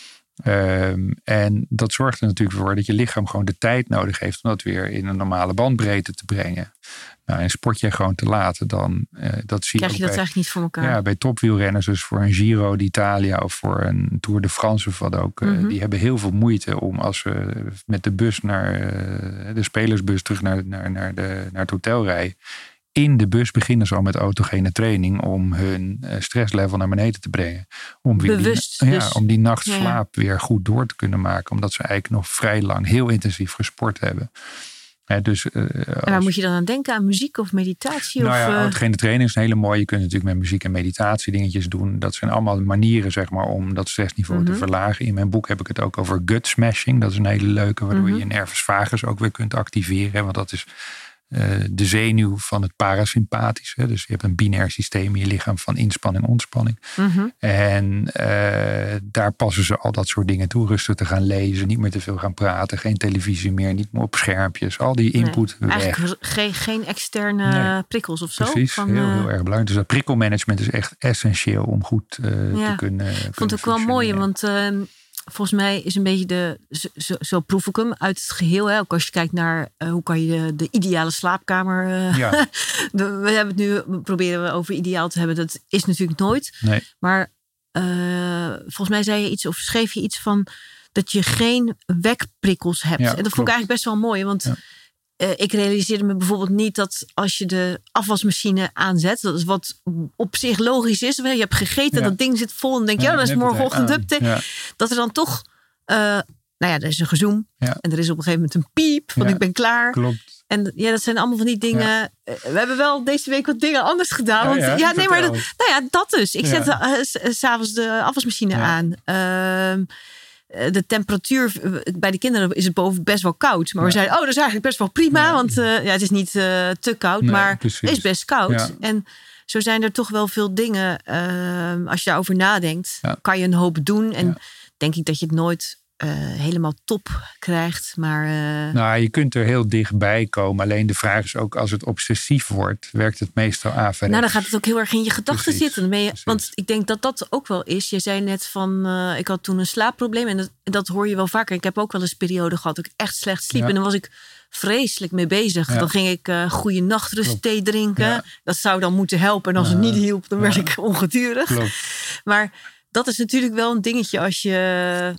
Um, en dat zorgt er natuurlijk voor dat je lichaam gewoon de tijd nodig heeft om dat weer in een normale bandbreedte te brengen. Nou, en sport je gewoon te laat, dan uh, dat zie Krijg je, je dat bij, eigenlijk niet voor elkaar? Ja, bij topwielrenners, dus voor een Giro d'Italia of voor een Tour de France of wat ook. Mm-hmm. Uh, die hebben heel veel moeite om als ze met de bus naar uh, de spelersbus terug naar, naar, naar, de, naar het hotel rijden. In de bus beginnen ze al met autogene training om hun stresslevel naar beneden te brengen. Om weer Bewust. die, dus. ja, om die nachtslaap ja, ja. weer goed door te kunnen maken. Omdat ze eigenlijk nog vrij lang heel intensief gesport hebben. Ja, dus, uh, en waar als, moet je dan aan denken? Aan muziek of meditatie? Nou of, ja, uh... autogene training is een hele mooie. Je kunt natuurlijk met muziek en meditatie dingetjes doen. Dat zijn allemaal manieren zeg maar, om dat stressniveau mm-hmm. te verlagen. In mijn boek heb ik het ook over gut smashing. Dat is een hele leuke, waardoor mm-hmm. je je nervus vagus ook weer kunt activeren. Want dat is Uh, de zenuw van het parasympathische. Dus je hebt een binair systeem in je lichaam van inspanning en ontspanning. Mm-hmm. En uh, daar passen ze al dat soort dingen toe. Rustig te gaan lezen, niet meer te veel gaan praten. Geen televisie meer, niet meer op schermpjes. Al die input nee, weg. Eigenlijk geen, geen externe nee. prikkels of zo. Precies, van, heel, uh... heel erg belangrijk. Dus dat prikkelmanagement is echt essentieel om goed uh, ja. te kunnen Ik vond het ook wel mooi, want Uh, volgens mij is een beetje de, zo, zo proef ik hem uit het geheel. Hè? Ook als je kijkt naar uh, hoe kan je de, de ideale slaapkamer. Uh, ja. de, we hebben het nu, we proberen we over ideaal te hebben. Dat is natuurlijk nooit. Nee. Maar uh, volgens mij zei je iets of schreef je iets van dat je geen wekprikkels hebt. Ja, en dat klopt. vond ik eigenlijk best wel mooi. Want ja. Uh, ik realiseerde me bijvoorbeeld niet dat als je de afwasmachine aanzet, dat is wat op zich logisch is. Je hebt gegeten, ja. dat ding zit vol en denk je, ja, ja, dat is morgenochtend update. Ja. Dat er dan toch, uh, nou ja, er is een gezoem. Ja. En er is op een gegeven moment een piep, want ja, ik ben klaar. Klopt. En ja, dat zijn allemaal van die dingen. Ja. Uh, we hebben wel deze week wat dingen anders gedaan. Ja, want, ja, ja nee, maar dat, nou ja, dat dus. Ik ja. zet uh, s'avonds de afwasmachine ja. aan. Uh, De temperatuur bij de kinderen is het boven best wel koud. Maar ja. we zeiden, oh, dat is eigenlijk best wel prima. Ja. Want uh, ja, het is niet uh, te koud, nee, maar precies. Het is best koud. Ja. En zo zijn er toch wel veel dingen. Uh, als je daarover nadenkt, ja. kan je een hoop doen. En ja. denk ik dat je het nooit uh, helemaal top krijgt. Maar, uh... Nou, je kunt er heel dichtbij komen. Alleen de vraag is ook, als het obsessief wordt, werkt het meestal averechts. Nou, dan gaat het ook heel erg in je gedachten zitten. Dan ben je, want ik denk dat dat ook wel is. Je zei net van, uh, ik had toen een slaapprobleem. En dat, dat hoor je wel vaker. Ik heb ook wel eens een periode gehad dat ik echt slecht sliep. Ja. En dan was ik vreselijk mee bezig. Ja. Dan ging ik uh, goede nachtrust thee drinken. Ja. Dat zou dan moeten helpen. En als ja. het niet hielp, dan werd ja. ik ongedurig. Klopt. Maar dat is natuurlijk wel een dingetje als je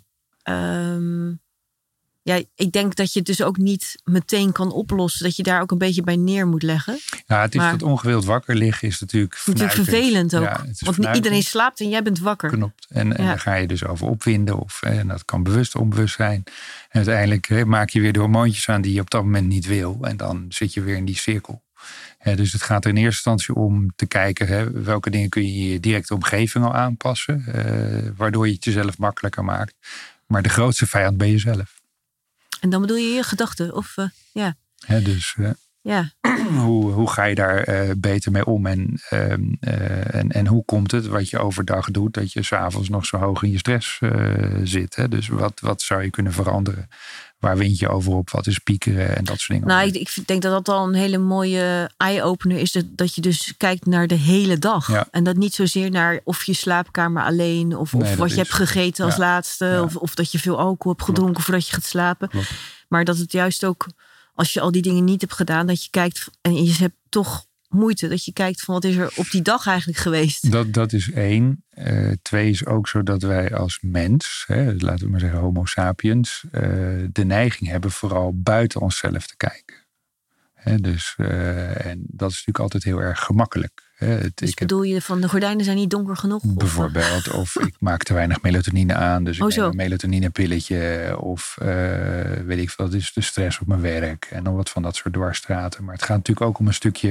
Um, ja, ik denk dat je het dus ook niet meteen kan oplossen. Dat je daar ook een beetje bij neer moet leggen. Ja, het is maar, dat ongewild wakker liggen is natuurlijk natuurlijk vervelend ook. Ja, want niet iedereen slaapt en jij bent wakker. Klopt. En, en ja. daar ga je dus over opwinden. Of, en dat kan bewust of onbewust zijn. En uiteindelijk he, maak je weer de hormoontjes aan die je op dat moment niet wil. En dan zit je weer in die cirkel. He, dus het gaat er in eerste instantie om te kijken, he, welke dingen kun je in je directe omgeving al aanpassen. Uh, waardoor je het jezelf makkelijker maakt. Maar de grootste vijand ben je zelf. En dan bedoel je je gedachten? Of uh, ja. Ja, dus uh, Ja. Hoe, hoe ga je daar uh, beter mee om? En, uh, uh, en, en hoe komt het wat je overdag doet, dat je 's avonds nog zo hoog in je stress uh, zit? Hè? Dus wat, wat zou je kunnen veranderen? Waar wint je over op? Wat is piekeren en dat soort dingen? Nou, ik, ik denk dat dat al een hele mooie eye-opener is. Dat, dat je dus kijkt naar de hele dag. Ja. En dat niet zozeer naar of je slaapkamer alleen. Of, nee, of wat is, je hebt gegeten als ja. laatste. Ja. Of, of dat je veel alcohol hebt gedronken Klopt. voordat je gaat slapen. Klopt. Maar dat het juist ook, als je al die dingen niet hebt gedaan. Dat je kijkt en je hebt toch moeite. Dat je kijkt van wat is er op die dag eigenlijk geweest. Dat, dat is één. Uh, twee is ook zo dat wij als mens, hè, laten we maar zeggen homo sapiens, uh, de neiging hebben vooral buiten onszelf te kijken. Hè, dus, uh, en dat is natuurlijk altijd heel erg gemakkelijk. Hè. Het, dus ik bedoel heb, je van de gordijnen zijn niet donker genoeg? Bijvoorbeeld. Of, of ik maak te weinig melatonine aan, dus ik oh, neem een melatoninepilletje. Of uh, weet ik veel, dat is de stress op mijn werk. En nog wat van dat soort dwarsstraten. Maar het gaat natuurlijk ook om een stukje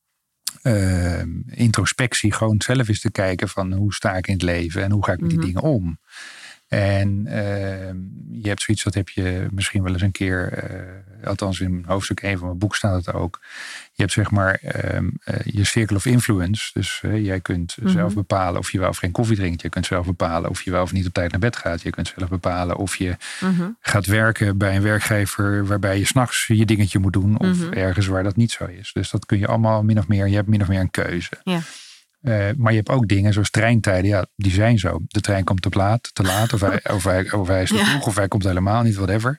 Uh, introspectie, gewoon zelf eens te kijken van hoe sta ik in het leven en hoe ga ik met die mm-hmm. dingen om. En uh, je hebt zoiets, dat heb je misschien wel eens een keer, uh, althans in hoofdstuk één van mijn boek staat het ook. Je hebt zeg maar uh, uh, je circle of influence. Dus uh, jij kunt mm-hmm. zelf bepalen of je wel of geen koffie drinkt. Je kunt zelf bepalen of je wel of niet op tijd naar bed gaat. Je kunt zelf bepalen of je mm-hmm. gaat werken bij een werkgever waarbij je 's nachts je dingetje moet doen. Of mm-hmm. ergens waar dat niet zo is. Dus dat kun je allemaal min of meer, je hebt min of meer een keuze. Ja. Uh, maar je hebt ook dingen zoals treintijden. Ja, die zijn zo. De trein komt te laat, te laat of, hij, of, hij, of hij is te vroeg ja. of hij komt helemaal niet, whatever.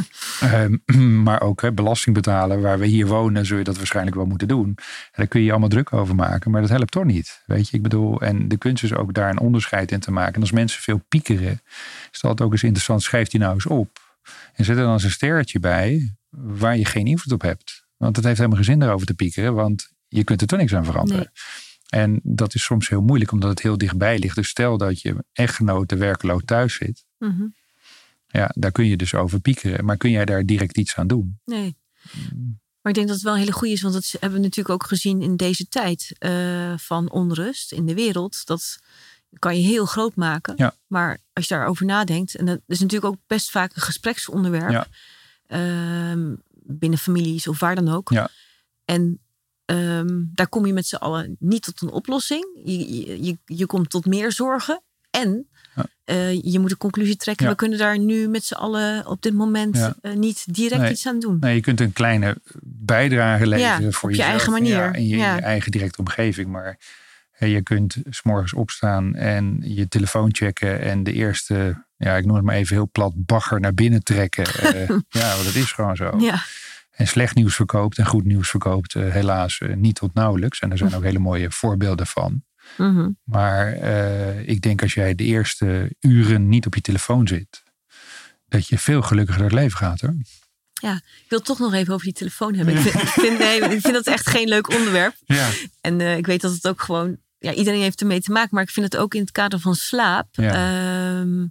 uh, maar ook hè, belasting betalen. Waar we hier wonen, zul je dat waarschijnlijk wel moeten doen. En daar kun je je allemaal druk over maken. Maar dat helpt toch niet. Weet je, ik bedoel, en de kunst is ook daar een onderscheid in te maken. En als mensen veel piekeren, is dat ook eens interessant. Schrijf die nou eens op. En zet er dan eens een sterretje bij waar je geen invloed op hebt. Want het heeft helemaal geen zin erover te piekeren. Want je kunt er toch niks aan veranderen. Nee. En dat is soms heel moeilijk, omdat het heel dichtbij ligt. Dus stel dat je echtgenote werkloos thuis zit. Mm-hmm. Ja, daar kun je dus over piekeren. Maar kun jij daar direct iets aan doen? Nee. Maar ik denk dat het wel een hele goede is. Want dat hebben we natuurlijk ook gezien in deze tijd uh, van onrust in de wereld. Dat kan je heel groot maken. Ja. Maar als je daarover nadenkt. En dat is natuurlijk ook best vaak een gespreksonderwerp. Ja. Uh, binnen families of waar dan ook. Ja. En Um, daar kom je met z'n allen niet tot een oplossing. Je, je, je komt tot meer zorgen. En ja. uh, je moet een conclusie trekken. Ja. We kunnen daar nu met z'n allen op dit moment ja. uh, niet direct nee. iets aan doen. Nee, je kunt een kleine bijdrage leveren ja, voor op je jezelf. eigen manier. Ja, in je, ja. je eigen directe omgeving. Maar uh, je kunt 's morgens opstaan en je telefoon checken. En de eerste, ja, ik noem het maar even heel plat, bagger naar binnen trekken. Uh, ja, want dat is gewoon zo. Ja. En slecht nieuws verkoopt en goed nieuws verkoopt uh, helaas uh, niet tot nauwelijks. En er zijn ook hele mooie voorbeelden van. Mm-hmm. Maar uh, ik denk als jij de eerste uren niet op je telefoon zit, dat je veel gelukkiger door het leven gaat, hoor. Ja, ik wil het toch nog even over die telefoon hebben. Ja. Ik, vind, ik, vind, nee, ik vind dat echt geen leuk onderwerp. Ja. En uh, ik weet dat het ook gewoon, ja, iedereen heeft ermee te maken. Maar ik vind het ook in het kader van slaap. Ja, um,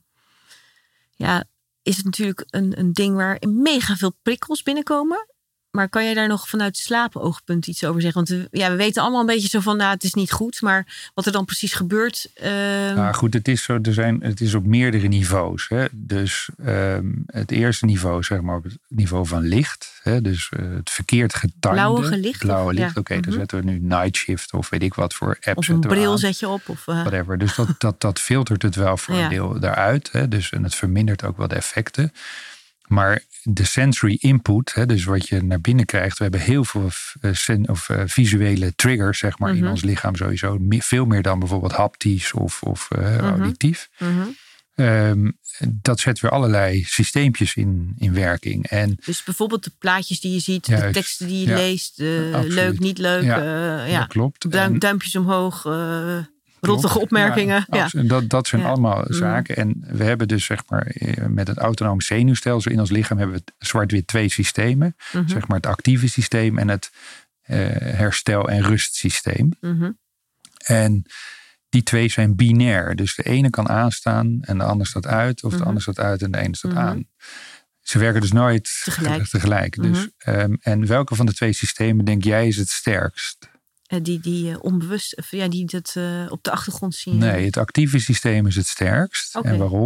ja is het natuurlijk een, een ding waar mega veel prikkels binnenkomen. Maar kan jij daar nog vanuit slaapoogpunt iets over zeggen? Want we, ja, we weten allemaal een beetje zo van, nou, het is niet goed. Maar wat er dan precies gebeurt. Uh... Nou goed, het is, zo, er zijn, het is op meerdere niveaus. Hè? Dus um, het eerste niveau, zeg maar, op het niveau van licht. Hè? Dus uh, het verkeerd getimede. Blauwe licht? Blauwe licht, ja. oké. Okay, mm-hmm. Dan zetten we nu night shift of weet ik wat voor apps. Of een bril aan. Zet je op. Of, uh... Whatever. Dus dat, dat, dat filtert het wel voor ja. een deel daaruit. Hè? Dus, en het vermindert ook wel de effecten. Maar de sensory input, hè, dus wat je naar binnen krijgt. We hebben heel veel uh, sen- of, uh, visuele triggers, zeg maar, mm-hmm. in ons lichaam sowieso. Me- veel meer dan bijvoorbeeld haptisch of, of uh, mm-hmm. auditief. Mm-hmm. Um, dat zet weer allerlei systeempjes in, in werking. En dus bijvoorbeeld de plaatjes die je ziet, juist, de teksten die je ja, leest. Uh, leuk, niet leuk. Ja, uh, ja. Dat klopt. Duim, en, duimpjes omhoog. Uh, Rottige opmerkingen. Ja, ja. Dat, dat zijn ja. allemaal zaken. En we hebben dus zeg maar met het autonoom zenuwstelsel in ons lichaam hebben we zwart-wit twee systemen. Mm-hmm. Zeg maar het actieve systeem en het uh, herstel- en rustsysteem. Mm-hmm. En die twee zijn binair. Dus de ene kan aanstaan en de ander staat uit. Of mm-hmm. de ander staat uit en de ene staat mm-hmm. aan. Ze werken dus nooit tegelijk. tegelijk. Mm-hmm. Dus, um, en welke van de twee systemen denk jij is het sterkst? Die, die uh, onbewust, ja, die dat uh, op de achtergrond zien. Nee, het actieve systeem is het sterkst. Okay. En waarom?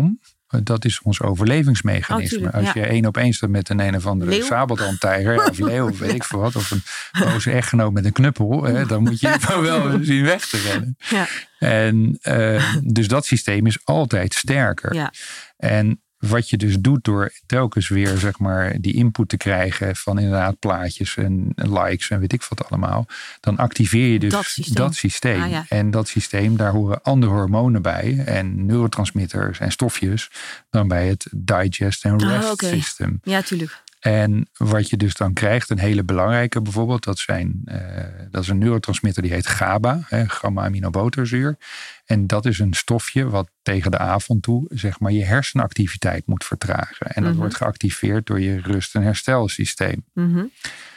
Dat is ons overlevingsmechanisme. Oh, Als ja. je één op één staat met een een of andere Leeuw? sabeltandtijger of leeuw of weet ik veel wat. Of een boze echtgenoot met een knuppel. Hè, dan moet je van wel zien weg te rennen. Ja. En uh, dus dat systeem is altijd sterker. Ja. En wat je dus doet door telkens weer zeg maar die input te krijgen van inderdaad plaatjes en likes en weet ik wat allemaal. Dan activeer je dus dat systeem. Dat systeem. Ah, ja. En dat systeem, daar horen andere hormonen bij en neurotransmitters en stofjes dan bij het digest en rest oh, okay. system. Ja, tuurlijk. En wat je dus dan krijgt, een hele belangrijke bijvoorbeeld, dat, zijn, uh, dat is een neurotransmitter die heet GABA, hè, gamma-aminobuterzuur. En dat is een stofje wat tegen de avond toe zeg maar je hersenactiviteit moet vertragen. En dat Mm-hmm. wordt geactiveerd door je rust- en herstelsysteem. Mm-hmm.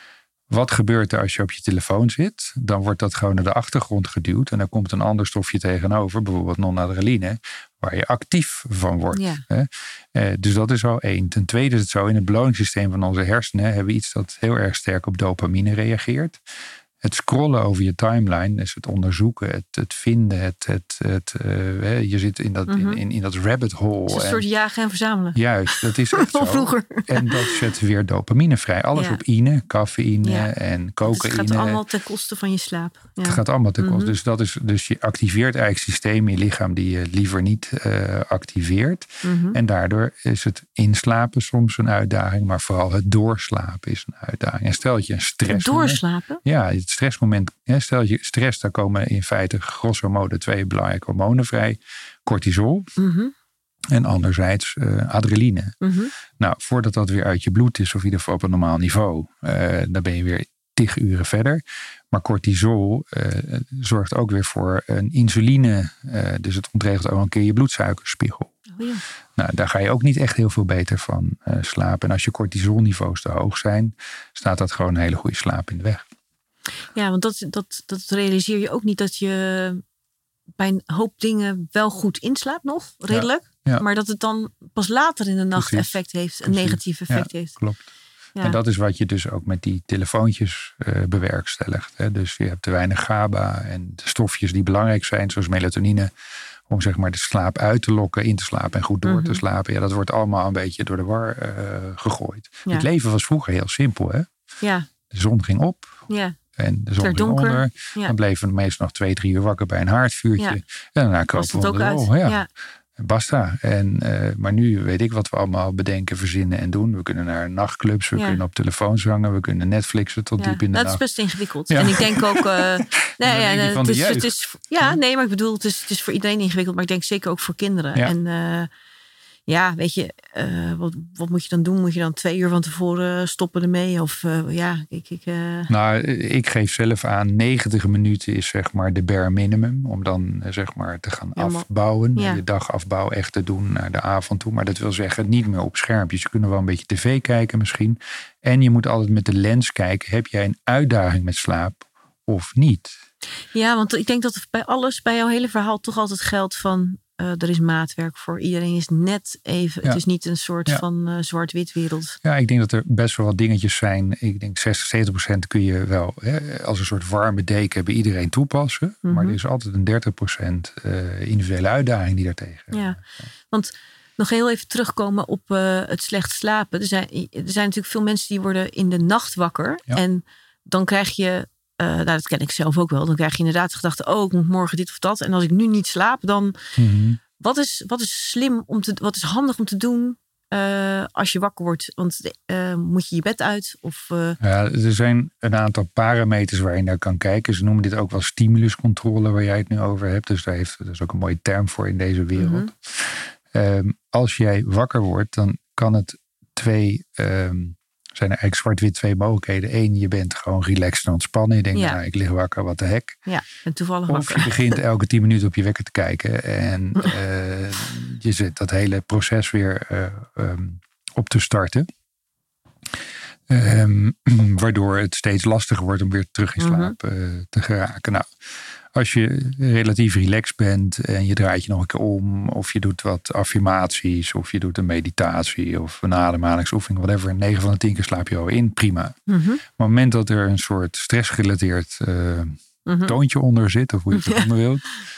Wat gebeurt er als je op je telefoon zit? Dan wordt dat gewoon naar de achtergrond geduwd. En dan komt een ander stofje tegenover, bijvoorbeeld non-adrenaline, waar je actief van wordt. Ja. Uh, dus dat is al één. Ten tweede is het zo, in het beloningssysteem van onze hersenen hebben we iets dat heel erg sterk op dopamine reageert. Het scrollen over je timeline, dus het onderzoeken, het, het vinden, het, het, het, uh, je zit in dat, mm-hmm. in, in, in dat rabbit hole. Het is een en, soort jagen en verzamelen. Juist, dat is echt zo. Vroeger. En dat zet weer dopamine vrij. Alles ja. op ine, cafeïne ja. en cocaïne. Dus het gaat allemaal ten koste van je slaap. Ja. Het gaat allemaal ten koste. Mm-hmm. Dus, dat is, dus je activeert eigenlijk systeem in je lichaam die je liever niet uh, activeert. Mm-hmm. En daardoor is het inslapen soms een uitdaging. Maar vooral het doorslapen is een uitdaging. En stel dat je een stress. Doorslapen? Ja, het stressmoment. Stel dat je stress, daar komen in feite grosso modo twee belangrijke hormonen vrij. Cortisol. Mm-hmm. En anderzijds uh, adrenaline. Mm-hmm. Nou, voordat dat weer uit je bloed is, of in ieder geval op een normaal niveau, uh, dan ben je weer tig uren verder. Maar cortisol uh, zorgt ook weer voor een insuline. Uh, dus het ontregelt ook een keer je bloedsuikerspiegel. Oh ja. Nou, daar ga je ook niet echt heel veel beter van uh, slapen. En als je cortisolniveaus te hoog zijn, staat dat gewoon een hele goede slaap in de weg. Ja, want dat, dat, dat realiseer je ook niet, dat je bij een hoop dingen wel goed inslaapt nog, redelijk. Ja, ja. Maar dat het dan pas later in de nacht Precies. effect heeft, een Precies. negatief effect ja, heeft. Klopt. Ja. En dat is wat je dus ook met die telefoontjes uh, bewerkstelligt. Hè? Dus je hebt te weinig GABA en de stofjes die belangrijk zijn, zoals melatonine, om zeg maar de slaap uit te lokken, in te slapen en goed door mm-hmm. te slapen. Ja, dat wordt allemaal een beetje door de war uh, gegooid. Ja. Het leven was vroeger heel simpel, hè? Ja. De zon ging op. Ja. En de zon ging donker. onder. Ja. Dan bleven we meestal nog twee, drie uur wakker bij een haardvuurtje. Ja. En daarna kropen we onder de rol. Ja. Ja. Basta. En, uh, maar nu weet ik wat we allemaal bedenken, verzinnen en doen. We kunnen naar nachtclubs, we ja. kunnen op telefoons hangen, we kunnen Netflixen tot ja. diep in de dat nacht. Dat is best ingewikkeld. Ja. En ik denk ook... Uh, nee, ja, het is, het is, ja, nee, maar ik bedoel, het is, het is voor iedereen ingewikkeld. Maar ik denk zeker ook voor kinderen. Ja. En uh, ja, weet je, uh, wat, wat moet je dan doen? Moet je dan twee uur van tevoren stoppen ermee? Of uh, ja, ik... ik uh... Nou, ik geef zelf aan negentig minuten is zeg maar de bare minimum. Om dan zeg maar te gaan ja, afbouwen. Ja. Je dagafbouw echt te doen naar de avond toe. Maar dat wil zeggen niet meer op schermpjes. Je kunt wel een beetje tv kijken misschien. En je moet altijd met de lens kijken. Heb jij een uitdaging met slaap of niet? Ja, want ik denk dat bij alles, bij jouw hele verhaal toch altijd geldt van... Uh, er is maatwerk voor. Iedereen is net even... Ja. Het is niet een soort ja. van uh, zwart-wit wereld. Ja, ik denk dat er best wel wat dingetjes zijn. Ik denk zestig, zeventig procent kun je wel hè, als een soort warme deken bij iedereen toepassen. Mm-hmm. Maar er is altijd een dertig procent uh, individuele uitdaging die daartegen... Ja, uh, want nog heel even terugkomen op uh, het slecht slapen. Er zijn, er zijn natuurlijk veel mensen die worden in de nacht wakker. Ja. En dan krijg je... Uh, nou, dat ken ik zelf ook wel. Dan krijg je inderdaad de gedachte, oh, ik moet morgen dit of dat. En als ik nu niet slaap, dan... Mm-hmm. Wat is, wat is slim om te... Wat is handig om te doen uh, als je wakker wordt? Want uh, moet je je bed uit? Of, uh... Ja, er zijn een aantal parameters waar je naar kan kijken. Ze noemen dit ook wel stimuluscontrole, waar jij het nu over hebt. Dus daar heeft, dat is ook een mooie term voor in deze wereld. Mm-hmm. Um, als jij wakker wordt, dan kan het twee... Um, zijn er eigenlijk zwart-wit twee mogelijkheden. Eén, je bent gewoon relaxed en ontspannen. Je denkt, ja. nou, ik lig wakker, wat de hek. Ja, en toevallig of wakker. je begint elke tien minuten op je wekker te kijken. En uh, je zet dat hele proces weer uh, um, op te starten. Um, waardoor het steeds lastiger wordt om weer terug in slaap uh, te geraken. Nou, als je relatief relaxed bent en je draait je nog een keer om, of je doet wat affirmaties, of je doet een meditatie of een ademhalingsoefening, whatever. negen van de tien keer slaap je al in, prima. Mm-hmm. Maar op het moment dat er een soort stressgerelateerd uh, mm-hmm. toontje onder zit, of hoe je het noemen wilt,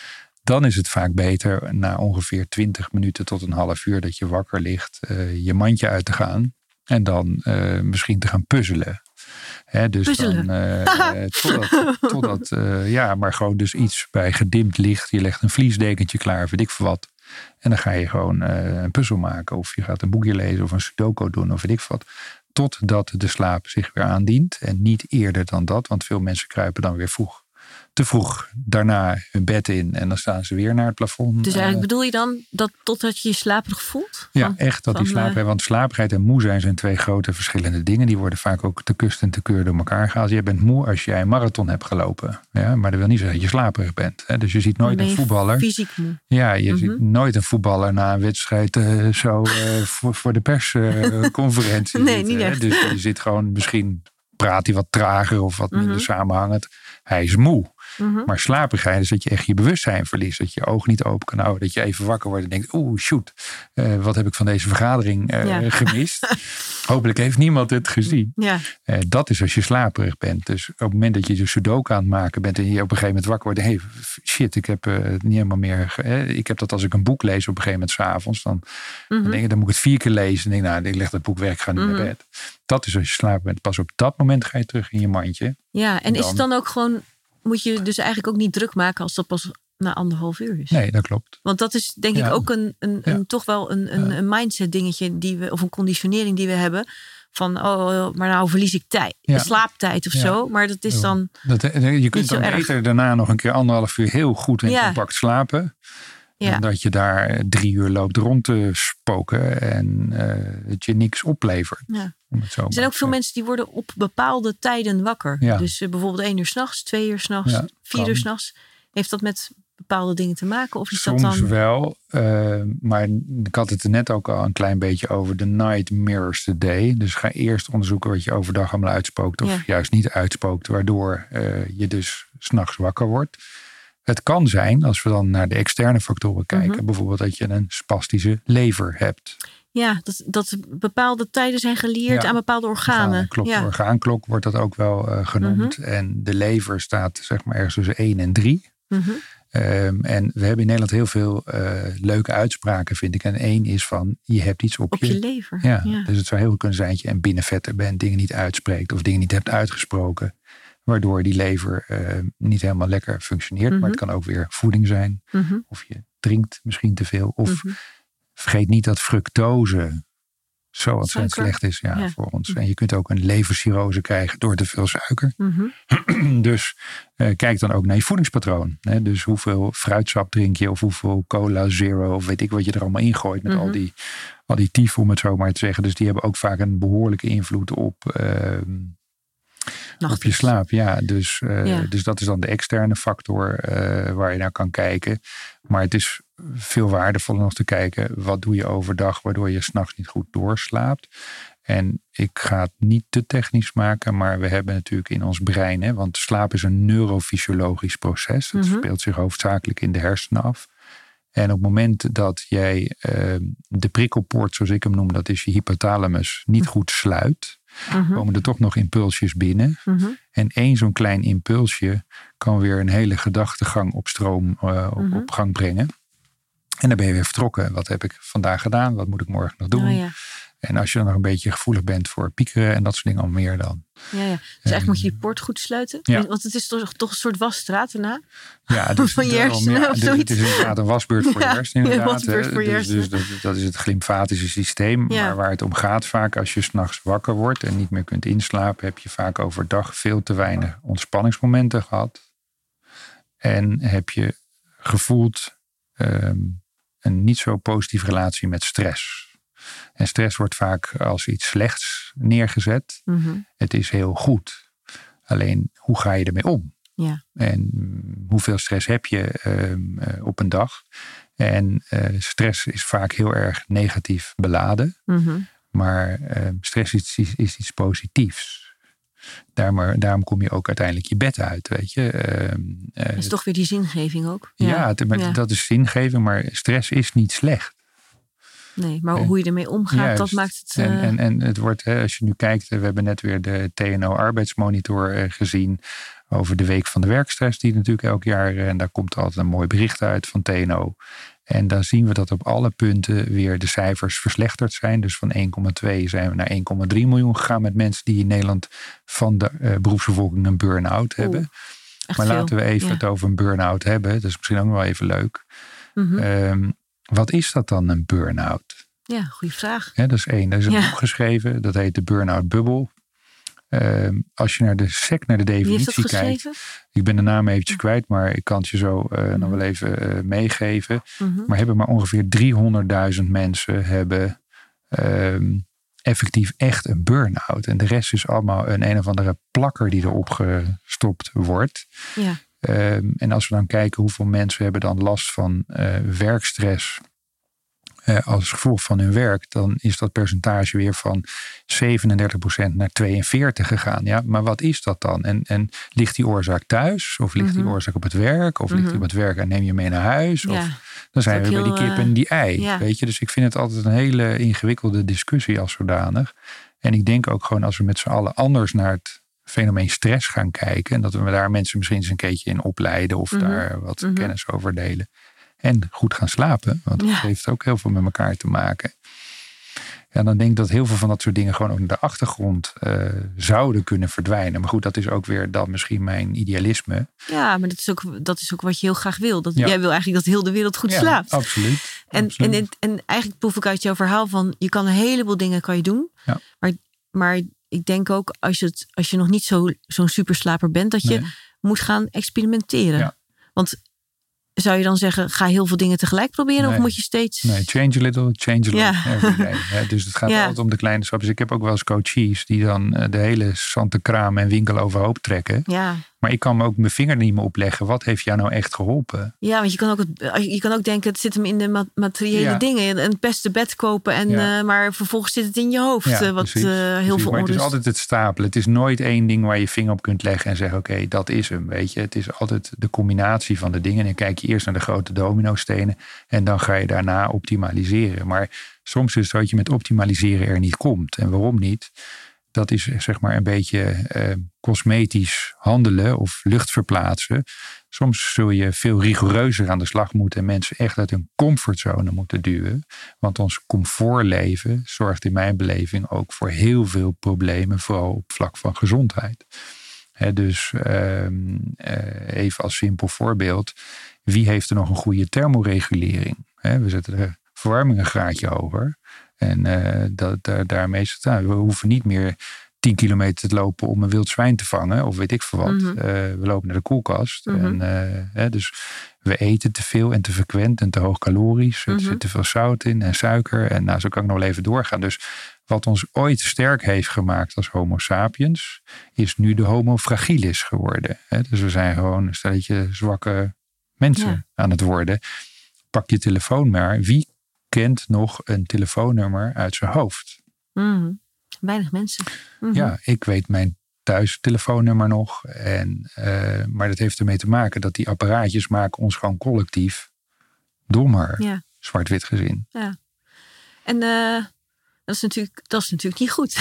Dan is het vaak beter na ongeveer twintig minuten tot een half uur dat je wakker ligt, uh, je mandje uit te gaan en dan uh, misschien te gaan puzzelen. Hè, dus puzzelen. dan uh, totdat, totdat uh, ja, maar gewoon dus iets bij gedimd licht. Je legt een vliesdekentje klaar, weet ik veel wat. En dan ga je gewoon uh, een puzzel maken. Of je gaat een boekje lezen of een sudoku doen of weet ik veel wat. Totdat de slaap zich weer aandient. En niet eerder dan dat. Want veel mensen kruipen dan weer vroeg. Te vroeg daarna hun bed in. En dan staan ze weer naar het plafond. Dus eigenlijk bedoel je dan dat totdat je je slaperig voelt? Ja, van, echt dat die slaap. Uh... Want slaperigheid en moe zijn zijn twee grote verschillende dingen. Die worden vaak ook te kust en te keur door elkaar gehaald. Je bent moe als jij een marathon hebt gelopen. Ja, maar dat wil niet zeggen dat je slaperig bent. Hè? Dus je ziet nooit een voetballer. Fysiek moe. Ja, je mm-hmm. ziet nooit een voetballer na een wedstrijd uh, zo uh, voor, voor de persconferentie. Uh, nee, zitten, niet echt. Dus je zit gewoon misschien praat hij wat trager of wat minder mm-hmm. samenhangend. Hij is moe. Mm-hmm. Maar slaperigheid is dat je echt je bewustzijn verliest. Dat je je ogen niet open kan houden. Dat je even wakker wordt en denkt, oeh, shoot. Uh, wat heb ik van deze vergadering uh, ja. gemist? Hopelijk heeft niemand het gezien. Ja. Uh, dat is als je slaperig bent. Dus op het moment dat je de sudoku aan het maken bent en je op een gegeven moment wakker wordt. Hé, hey, shit, ik heb uh, het niet helemaal meer. Uh, ik heb dat als ik een boek lees op een gegeven moment 's avonds. Dan, mm-hmm. dan denk ik, dan moet ik het vier keer lezen. En denk nou, ik leg dat boek weg, ik ga niet mm-hmm. naar bed. Dat is als je slapen bent. Pas op dat moment ga je terug in je mandje. Ja, en, en dan, is het dan ook gewoon, moet je dus eigenlijk ook niet druk maken als dat pas na anderhalf uur is? Nee, dat klopt. Want dat is denk ja. ik ook een, een, ja. een toch wel een, een, een mindset dingetje die we, of een conditionering die we hebben. Van, oh, maar nou verlies ik tijd, ja. slaaptijd of ja. zo. Maar dat is dan dat, je kunt dan beter daarna nog een keer anderhalf uur heel goed en ja. compact slapen. Ja. Dan dat je daar drie uur loopt rond te spoken en uh, het je niks oplevert. Ja. Er zijn ook veel mensen die worden op bepaalde tijden wakker. Ja. Dus uh, bijvoorbeeld één uur 's nachts, twee uur 's nachts, ja, vier kan. uur 's nachts. Heeft dat met bepaalde dingen te maken? Of is Soms dat dan... wel, uh, maar ik had het er net ook al een klein beetje over. The night mirrors the day. Dus ga eerst onderzoeken wat je overdag allemaal uitspookt. Of ja. juist niet uitspookt. Waardoor uh, je dus 's nachts wakker wordt. Het kan zijn, als we dan naar de externe factoren kijken. Mm-hmm. Bijvoorbeeld dat je een spastische lever hebt. Ja, dat, dat bepaalde tijden zijn geleerd ja. aan bepaalde organen. Ja, klok, ja. orgaanklok wordt dat ook wel uh, genoemd. Mm-hmm. En de lever staat zeg maar ergens tussen één en drie. Mm-hmm. Um, en we hebben in Nederland heel veel uh, leuke uitspraken, vind ik. En één is van, je hebt iets op, op je... je lever. Ja, ja. Dus het zou heel goed kunnen zijn dat je een binnenvetter bent, dingen niet uitspreekt of dingen niet hebt uitgesproken. Waardoor die lever uh, niet helemaal lekker functioneert. Mm-hmm. Maar het kan ook weer voeding zijn. Mm-hmm. Of je drinkt misschien te veel. Of mm-hmm. vergeet niet dat fructose zo ontzettend slecht is ja, ja. voor ons. Mm-hmm. En je kunt ook een levercirrose krijgen door te veel suiker. Mm-hmm. Dus uh, kijk dan ook naar je voedingspatroon. Hè? Dus hoeveel fruitsap drink je of hoeveel cola zero of weet ik wat je er allemaal ingooit met mm-hmm. al die, al die tief, om het zo maar te zeggen. Dus die hebben ook vaak een behoorlijke invloed op... Uh, Nachtjes. Op je slaap, ja. Dus, uh, ja. dus dat is dan de externe factor uh, waar je naar kan kijken. Maar het is veel waardevoller nog te kijken, wat doe je overdag waardoor je 's nachts niet goed doorslaapt. En ik ga het niet te technisch maken, maar we hebben natuurlijk in ons brein, hè, want slaap is een neurofysiologisch proces. Het mm-hmm. speelt zich hoofdzakelijk in de hersenen af. En op het moment dat jij uh, de prikkelpoort, zoals ik hem noem, dat is je hypothalamus, niet goed sluit, mm-hmm. komen er toch nog impulsjes binnen. Mm-hmm. En één zo'n klein impulsje kan weer een hele gedachtegang op stroom uh, op, mm-hmm. op gang brengen. En dan ben je weer vertrokken. Wat heb ik vandaag gedaan? Wat moet ik morgen nog doen? Oh, ja. En als je dan nog een beetje gevoelig bent voor piekeren en dat soort dingen al meer dan. Ja, ja. Dus eigenlijk um, moet je die poort goed sluiten. Ja. Want het is toch, toch een soort wasstraat daarna. Ja, dus van je hersenen ja, of dus het is inderdaad een wasbeurt voor je ja, hersenen. Inderdaad, wasbeurt voor je dus, dus dat, dat is het glymfatische systeem. Ja. Maar waar het om gaat vaak als je 's nachts wakker wordt en niet meer kunt inslapen, heb je vaak overdag veel te weinig ontspanningsmomenten gehad. En heb je gevoeld um, een niet zo positieve relatie met stress. En stress wordt vaak als iets slechts neergezet. Mm-hmm. Het is heel goed. Alleen, hoe ga je ermee om? Ja. En hoeveel stress heb je um, uh, op een dag? En uh, stress is vaak heel erg negatief beladen. Mm-hmm. Maar uh, stress is, is, is iets positiefs. Daarom, daarom kom je ook uiteindelijk je bed uit, weet je. Uh, uh, is toch weer die zingeving ook? Ja, ja, het, ja, dat is zingeving, maar stress is niet slecht. Nee, maar hoe je ermee omgaat, juist, dat maakt het... Uh... En, en, en het wordt, hè, als je nu kijkt, we hebben net weer de T N O arbeidsmonitor uh, gezien. over de Week van de Werkstress, die natuurlijk elk jaar, en daar komt altijd een mooi bericht uit van T N O. En dan zien we dat op alle punten weer de cijfers verslechterd zijn. Dus van één komma twee zijn we naar één komma drie miljoen gegaan met mensen die in Nederland van de uh, beroepsbevolking een burn-out hebben. Oeh, maar veel. Laten we even ja. het over een burn-out hebben. Dat is misschien ook wel even leuk. Mm-hmm. Um, wat is dat dan, een burn-out? Ja, goede vraag. Ja, dat is één. Er is een ja. boek geschreven, dat heet de Burn-out Bubble. Um, als je naar de sec naar de definitie kijkt. Ik ben de naam eventjes kwijt, maar ik kan het je zo uh, mm-hmm. nog wel even uh, meegeven. Mm-hmm. Maar hebben maar ongeveer driehonderdduizend mensen hebben um, effectief echt een burn-out. En de rest is allemaal een een of andere plakker die erop gestopt wordt. Ja. Um, en als we dan kijken hoeveel mensen hebben dan last van uh, werkstress Uh, als gevolg van hun werk, dan is dat percentage weer van zevenendertig procent naar tweeënveertig gegaan. Ja, maar wat is dat dan? En, en ligt die oorzaak thuis? Of ligt mm-hmm. die oorzaak op het werk? Of mm-hmm. ligt die op het werk en neem je mee naar huis? Ja. Of, dan zijn we heel, bij die kip en die ei. Ja. Weet je? Dus ik vind het altijd een hele ingewikkelde discussie als zodanig. En ik denk ook gewoon als we met z'n allen anders naar het fenomeen stress gaan kijken. En dat we daar mensen misschien eens een keertje in opleiden. Of mm-hmm. daar wat mm-hmm. kennis over delen. En goed gaan slapen, want dat ja. heeft ook heel veel met elkaar te maken. Ja, dan denk ik dat heel veel van dat soort dingen gewoon ook naar de achtergrond uh, zouden kunnen verdwijnen. Maar goed, dat is ook weer dan misschien mijn idealisme. Ja, maar dat is ook, dat is ook wat je heel graag wil. Dat, ja. Jij wil eigenlijk dat heel de wereld goed ja, slaapt. Absoluut. En, absoluut. En, en, en eigenlijk proef ik uit jouw verhaal van, je kan een heleboel dingen kan je doen. Ja. Maar, maar ik denk ook, als je, het, als je nog niet zo, zo'n superslaper bent, dat je nee. moet gaan experimenteren. Ja. Want zou je dan zeggen, ga heel veel dingen tegelijk proberen? Nee. Of moet je steeds... Nee, change a little, change a lot. Ja. Every day. Ja, dus het gaat ja. altijd om de kleine stapjes. Ik heb ook wel eens coaches die dan de hele zante kraam en winkel overhoop trekken. Ja. Maar ik kan me ook mijn vinger niet meer opleggen. Wat heeft jou nou echt geholpen? Ja, want je kan ook, het, je kan ook denken, het zit hem in de materiële ja. dingen. Een beste bed kopen. En, ja. uh, maar vervolgens zit het in je hoofd. Ja, wat uh, heel precies. veel Maar onrust. het is altijd het stapelen. Het is nooit één ding waar je vinger op kunt leggen en zeggen, oké, okay, dat is hem. Weet je, het is altijd de combinatie van de dingen. En dan kijk je eerst naar de grote dominostenen. En dan ga je daarna optimaliseren. Maar soms is het zo dat je met optimaliseren er niet komt. En waarom niet? Dat is zeg maar een beetje uh, cosmetisch handelen of lucht verplaatsen. Soms zul je veel rigoureuzer aan de slag moeten en mensen echt uit hun comfortzone moeten duwen. Want ons comfortleven zorgt in mijn beleving ook voor heel veel problemen, vooral op vlak van gezondheid. He, dus uh, uh, even als simpel voorbeeld, wie heeft er nog een goede thermoregulering? He, we zetten de verwarming een graadje hoger. En uh, dat, daar, daarmee staan. We hoeven niet meer tien kilometer te lopen om een wild zwijn te vangen. Of weet ik veel wat. Mm-hmm. Uh, we lopen naar de koelkast. Mm-hmm. En, uh, hè, dus we eten te veel en te frequent en te hoog calorisch. Mm-hmm. Er zit te veel zout in en suiker. En nou, zo kan ik nog wel even doorgaan. Dus wat ons ooit sterk heeft gemaakt als homo sapiens, is nu de homo fragilis geworden. Hè? Dus we zijn gewoon een stelletje zwakke mensen ja. aan het worden. Pak je telefoon maar. Wie kent nog een telefoonnummer uit zijn hoofd? Mm, weinig mensen. Mm-hmm. Ja, ik weet mijn thuis telefoonnummer nog. En, uh, maar dat heeft ermee te maken dat die apparaatjes maken ons gewoon collectief dommer. Ja. Zwart-wit gezin. Ja. En uh, dat is natuurlijk, dat is natuurlijk niet goed.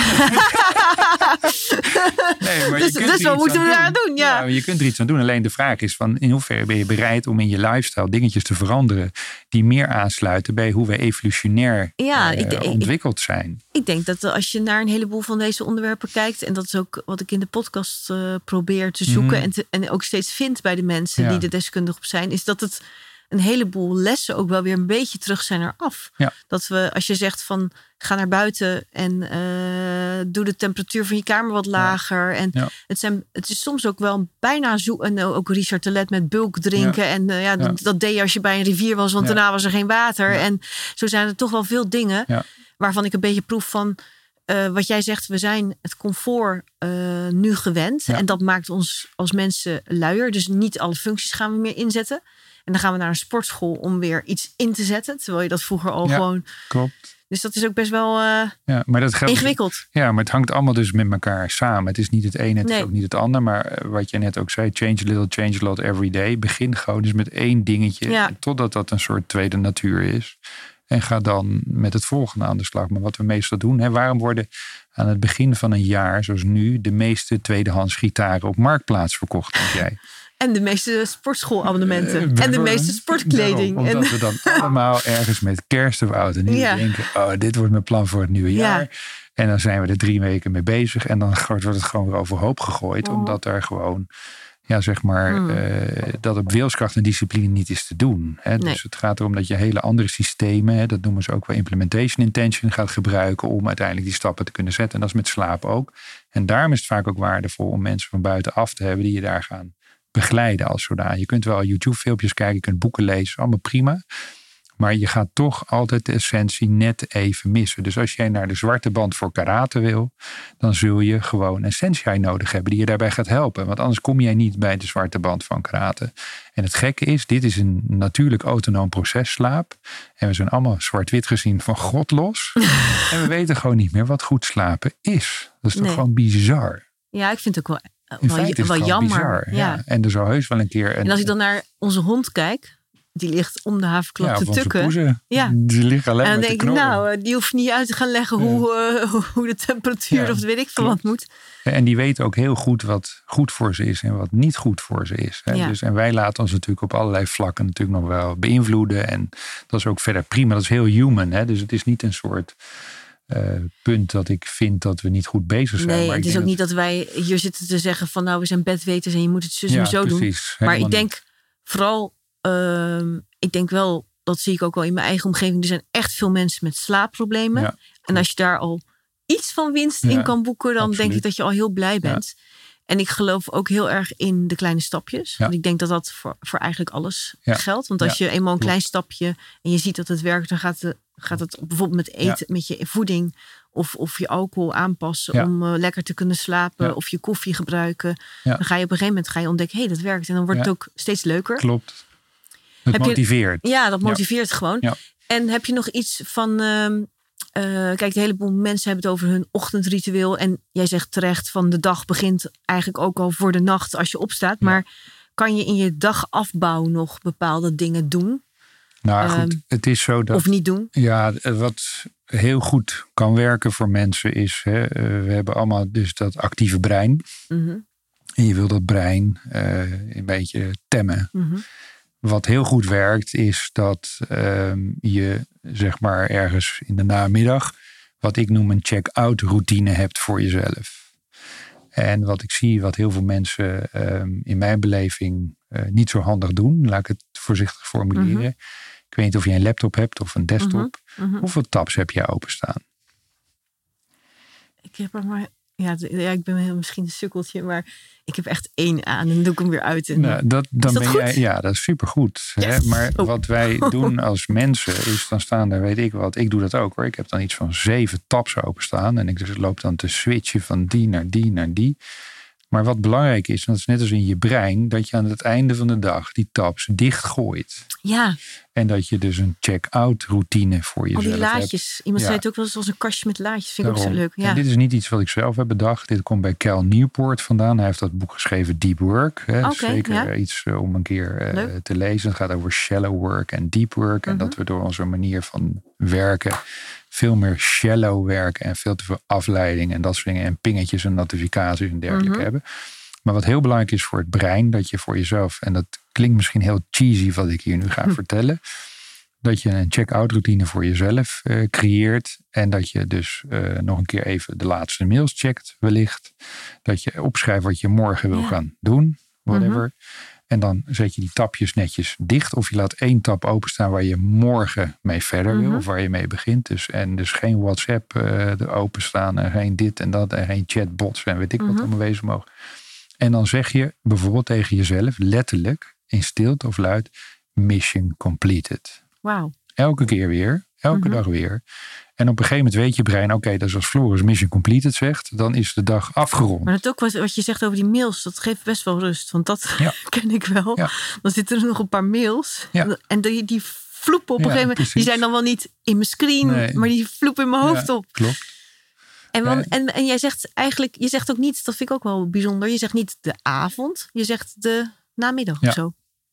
Nee, maar dus dus wat moeten we daar doen? Ja. Ja, je kunt er iets aan doen. Alleen de vraag is van in hoeverre ben je bereid om in je lifestyle dingetjes te veranderen die meer aansluiten bij hoe we evolutionair ja, uh, ik, ontwikkeld zijn. Ik, ik denk dat als je naar een heleboel van deze onderwerpen kijkt, en dat is ook wat ik in de podcast uh, probeer te zoeken mm. en, te, en ook steeds vind bij de mensen ja. die er deskundig op zijn, is dat het een heleboel lessen ook wel weer een beetje terug zijn eraf. Ja. Dat we, als je zegt van ga naar buiten en uh, doe de temperatuur van je kamer wat lager. Ja. En ja. Het, zijn, het is soms ook wel bijna zo. En ook Richard Telet met bulk drinken. Ja. En uh, ja, ja. Dat, dat deed je als je bij een rivier was, want ja. daarna was er geen water. Ja. En zo zijn er toch wel veel dingen ja. waarvan ik een beetje proef van uh, wat jij zegt, we zijn het comfort uh, nu gewend. Ja. En dat maakt ons als mensen luier. Dus niet alle functies gaan we meer inzetten. En dan gaan we naar een sportschool om weer iets in te zetten. Terwijl je dat vroeger al ja, gewoon... Klopt. Dus dat is ook best wel uh, ja, maar dat geldt, ingewikkeld. Ja, maar het hangt allemaal dus met elkaar samen. Het is niet het ene, het nee. is ook niet het ander. Maar wat je net ook zei, change a little, change a lot every day. Begin gewoon dus met één dingetje. Ja. Totdat dat een soort tweede natuur is. En ga dan met het volgende aan de slag. Maar wat we meestal doen, hè, waarom worden aan het begin van een jaar, zoals nu, de meeste tweedehands gitaren op Marktplaats verkocht als jij. En de meeste sportschoolabonnementen. Uh, en de meeste sportkleding. Daarom, omdat en... we dan allemaal ergens met kerst of oud en nieuw ja. denken, oh, dit wordt mijn plan voor het nieuwe jaar. Ja. En dan zijn we er drie weken mee bezig. En dan wordt het gewoon weer overhoop gegooid. Oh. Omdat er gewoon, ja, zeg maar, hmm. uh, dat op wilskracht en discipline niet is te doen. Hè? Nee. Dus het gaat erom dat je hele andere systemen, hè, dat noemen ze ook wel implementation intention, gaat gebruiken om uiteindelijk die stappen te kunnen zetten. En dat is met slaap ook. En daarom is het vaak ook waardevol om mensen van buitenaf te hebben die je daar gaan begeleiden als zodanig. Je kunt wel YouTube filmpjes kijken, je kunt boeken lezen, allemaal prima. Maar je gaat toch altijd de essentie net even missen. Dus als jij naar de zwarte band voor karate wil, dan zul je gewoon essentie nodig hebben die je daarbij gaat helpen. Want anders kom jij niet bij de zwarte band van karate. En het gekke is, dit is een natuurlijk autonoom proces, slaap. En we zijn allemaal zwart-wit gezien van God los. En we weten gewoon niet meer wat goed slapen is. Dat is toch nee. gewoon bizar. Ja, ik vind het ook wel, In wel, feite is wel het jammer. Bizar, ja. Ja. En er zou heus wel een keer... Een, en als ik dan naar onze hond kijk, die ligt om de haverklap ja, te tukken. Poezen. Ja. Die liggen alleen en dan maar denk te ik, nou, die hoeft niet uit te gaan leggen ja. hoe, uh, hoe de temperatuur ja. of weet ik veel wat moet. En die weten ook heel goed wat goed voor ze is en wat niet goed voor ze is. Hè? Ja. Dus, en wij laten ons natuurlijk op allerlei vlakken natuurlijk nog wel beïnvloeden. En dat is ook verder prima. Dat is heel human. Hè? Dus het is niet een soort uh, punt dat ik vind dat we niet goed bezig zijn. Nee, maar het is ook dat... niet dat wij hier zitten te zeggen van nou, we zijn bedweters en je moet het zus ja, en zo precies. doen. Maar Helemaal ik denk niet. vooral, uh, ik denk wel, dat zie ik ook wel in mijn eigen omgeving. Er zijn echt veel mensen met slaapproblemen. Ja, en als je daar al iets van winst ja, in kan boeken, dan absoluut. Denk ik dat je al heel blij bent. Ja. En ik geloof ook heel erg in de kleine stapjes. Ja. Want ik denk dat dat voor, voor eigenlijk alles ja. geldt. Want als ja. je eenmaal een klein stapje en je ziet dat het werkt, dan gaat, de, gaat het bijvoorbeeld met eten, ja. met je voeding of, of je alcohol aanpassen ja. om uh, lekker te kunnen slapen. Ja. Of je koffie gebruiken. Ja. Dan ga je op een gegeven moment ga je ontdekken, hé, hey, dat werkt. En dan wordt ja. het ook steeds leuker. Klopt. Het heb motiveert. Je, ja, dat motiveert ja. gewoon. Ja. En heb je nog iets van... Uh, uh, kijk, een heleboel mensen hebben het over hun ochtendritueel. En jij zegt terecht van de dag begint eigenlijk ook al voor de nacht als je opstaat. Ja. Maar kan je in je dagafbouw nog bepaalde dingen doen? Nou goed, um, het is zo dat... Of niet doen? Ja, wat heel goed kan werken voor mensen is... Hè, we hebben allemaal dus dat actieve brein. Mm-hmm. En je wil dat brein uh, een beetje temmen. Mm-hmm. Wat heel goed werkt is dat um, je zeg maar ergens in de namiddag... wat ik noem een check-out routine hebt voor jezelf. En wat ik zie, wat heel veel mensen um, in mijn beleving uh, niet zo handig doen... laat ik het voorzichtig formuleren. Mm-hmm. Ik weet niet of je een laptop hebt of een desktop. Mm-hmm. Mm-hmm. Hoeveel tabs heb jij openstaan? Ik heb er maar... Ja, ja, ik ben heel misschien een sukkeltje, maar ik heb echt één aan en dan doe ik hem weer uit. En nou, dat, dan is dat ben goed? jij, ja, dat is supergoed. Yes. Hè? Maar oh. wat wij doen als mensen is dan staan er, weet ik wat, ik doe dat ook hoor. Ik heb dan iets van zeven tabs openstaan en ik loop dan te switchen van die naar die naar die. Maar wat belangrijk is, en dat is net als in je brein, dat je aan het einde van de dag die tabs dichtgooit. Ja. En dat je dus een check-out routine voor jezelf hebt. Al die laadjes. Hebt. Iemand ja. zei het ook wel eens als een kastje met laadjes. Vind ik Daarom. ook zo leuk. Ja. En dit is niet iets wat ik zelf heb bedacht. Dit komt bij Cal Newport vandaan. Hij heeft dat boek geschreven Deep Work. Hè. Okay, Zeker ja. iets uh, om een keer uh, te lezen. Het gaat over shallow work en deep work. Mm-hmm. En dat we door onze manier van werken veel meer shallow werken en veel te veel afleiding en dat soort dingen. En pingetjes en notificaties en dergelijke mm-hmm. hebben. Maar wat heel belangrijk is voor het brein, dat je voor jezelf, en dat klinkt misschien heel cheesy wat ik hier nu ga hm. vertellen, dat je een check-out routine voor jezelf uh, creëert. En dat je dus uh, nog een keer even de laatste mails checkt wellicht. Dat je opschrijft wat je morgen wil ja. gaan doen, whatever. Mm-hmm. En dan zet je die tapjes netjes dicht. Of je laat één tab openstaan waar je morgen mee verder wil. Mm-hmm. Of waar je mee begint. Dus, en dus geen WhatsApp uh, er openstaan. En geen dit en dat. En geen chatbots en weet ik mm-hmm. wat allemaal wezen mogen. En dan zeg je bijvoorbeeld tegen jezelf, letterlijk, in stilte of luid, mission completed. Wauw. Elke keer weer, elke mm-hmm. dag weer. En op een gegeven moment weet je brein, oké, okay, dat is als Floris mission completed zegt, dan is de dag afgerond. Maar dat ook wat je zegt over die mails, dat geeft best wel rust. Want dat ja. ken ik wel. Ja. Dan zitten er nog een paar mails. Ja. En die, die vloepen op een ja, gegeven moment, precies. Die zijn dan wel niet in mijn screen, nee. maar die vloepen in mijn hoofd ja, op. Klopt. En, want, en, en jij zegt eigenlijk, je zegt ook niet, dat vind ik ook wel bijzonder. Je zegt niet de avond, je zegt de namiddag ja. of zo.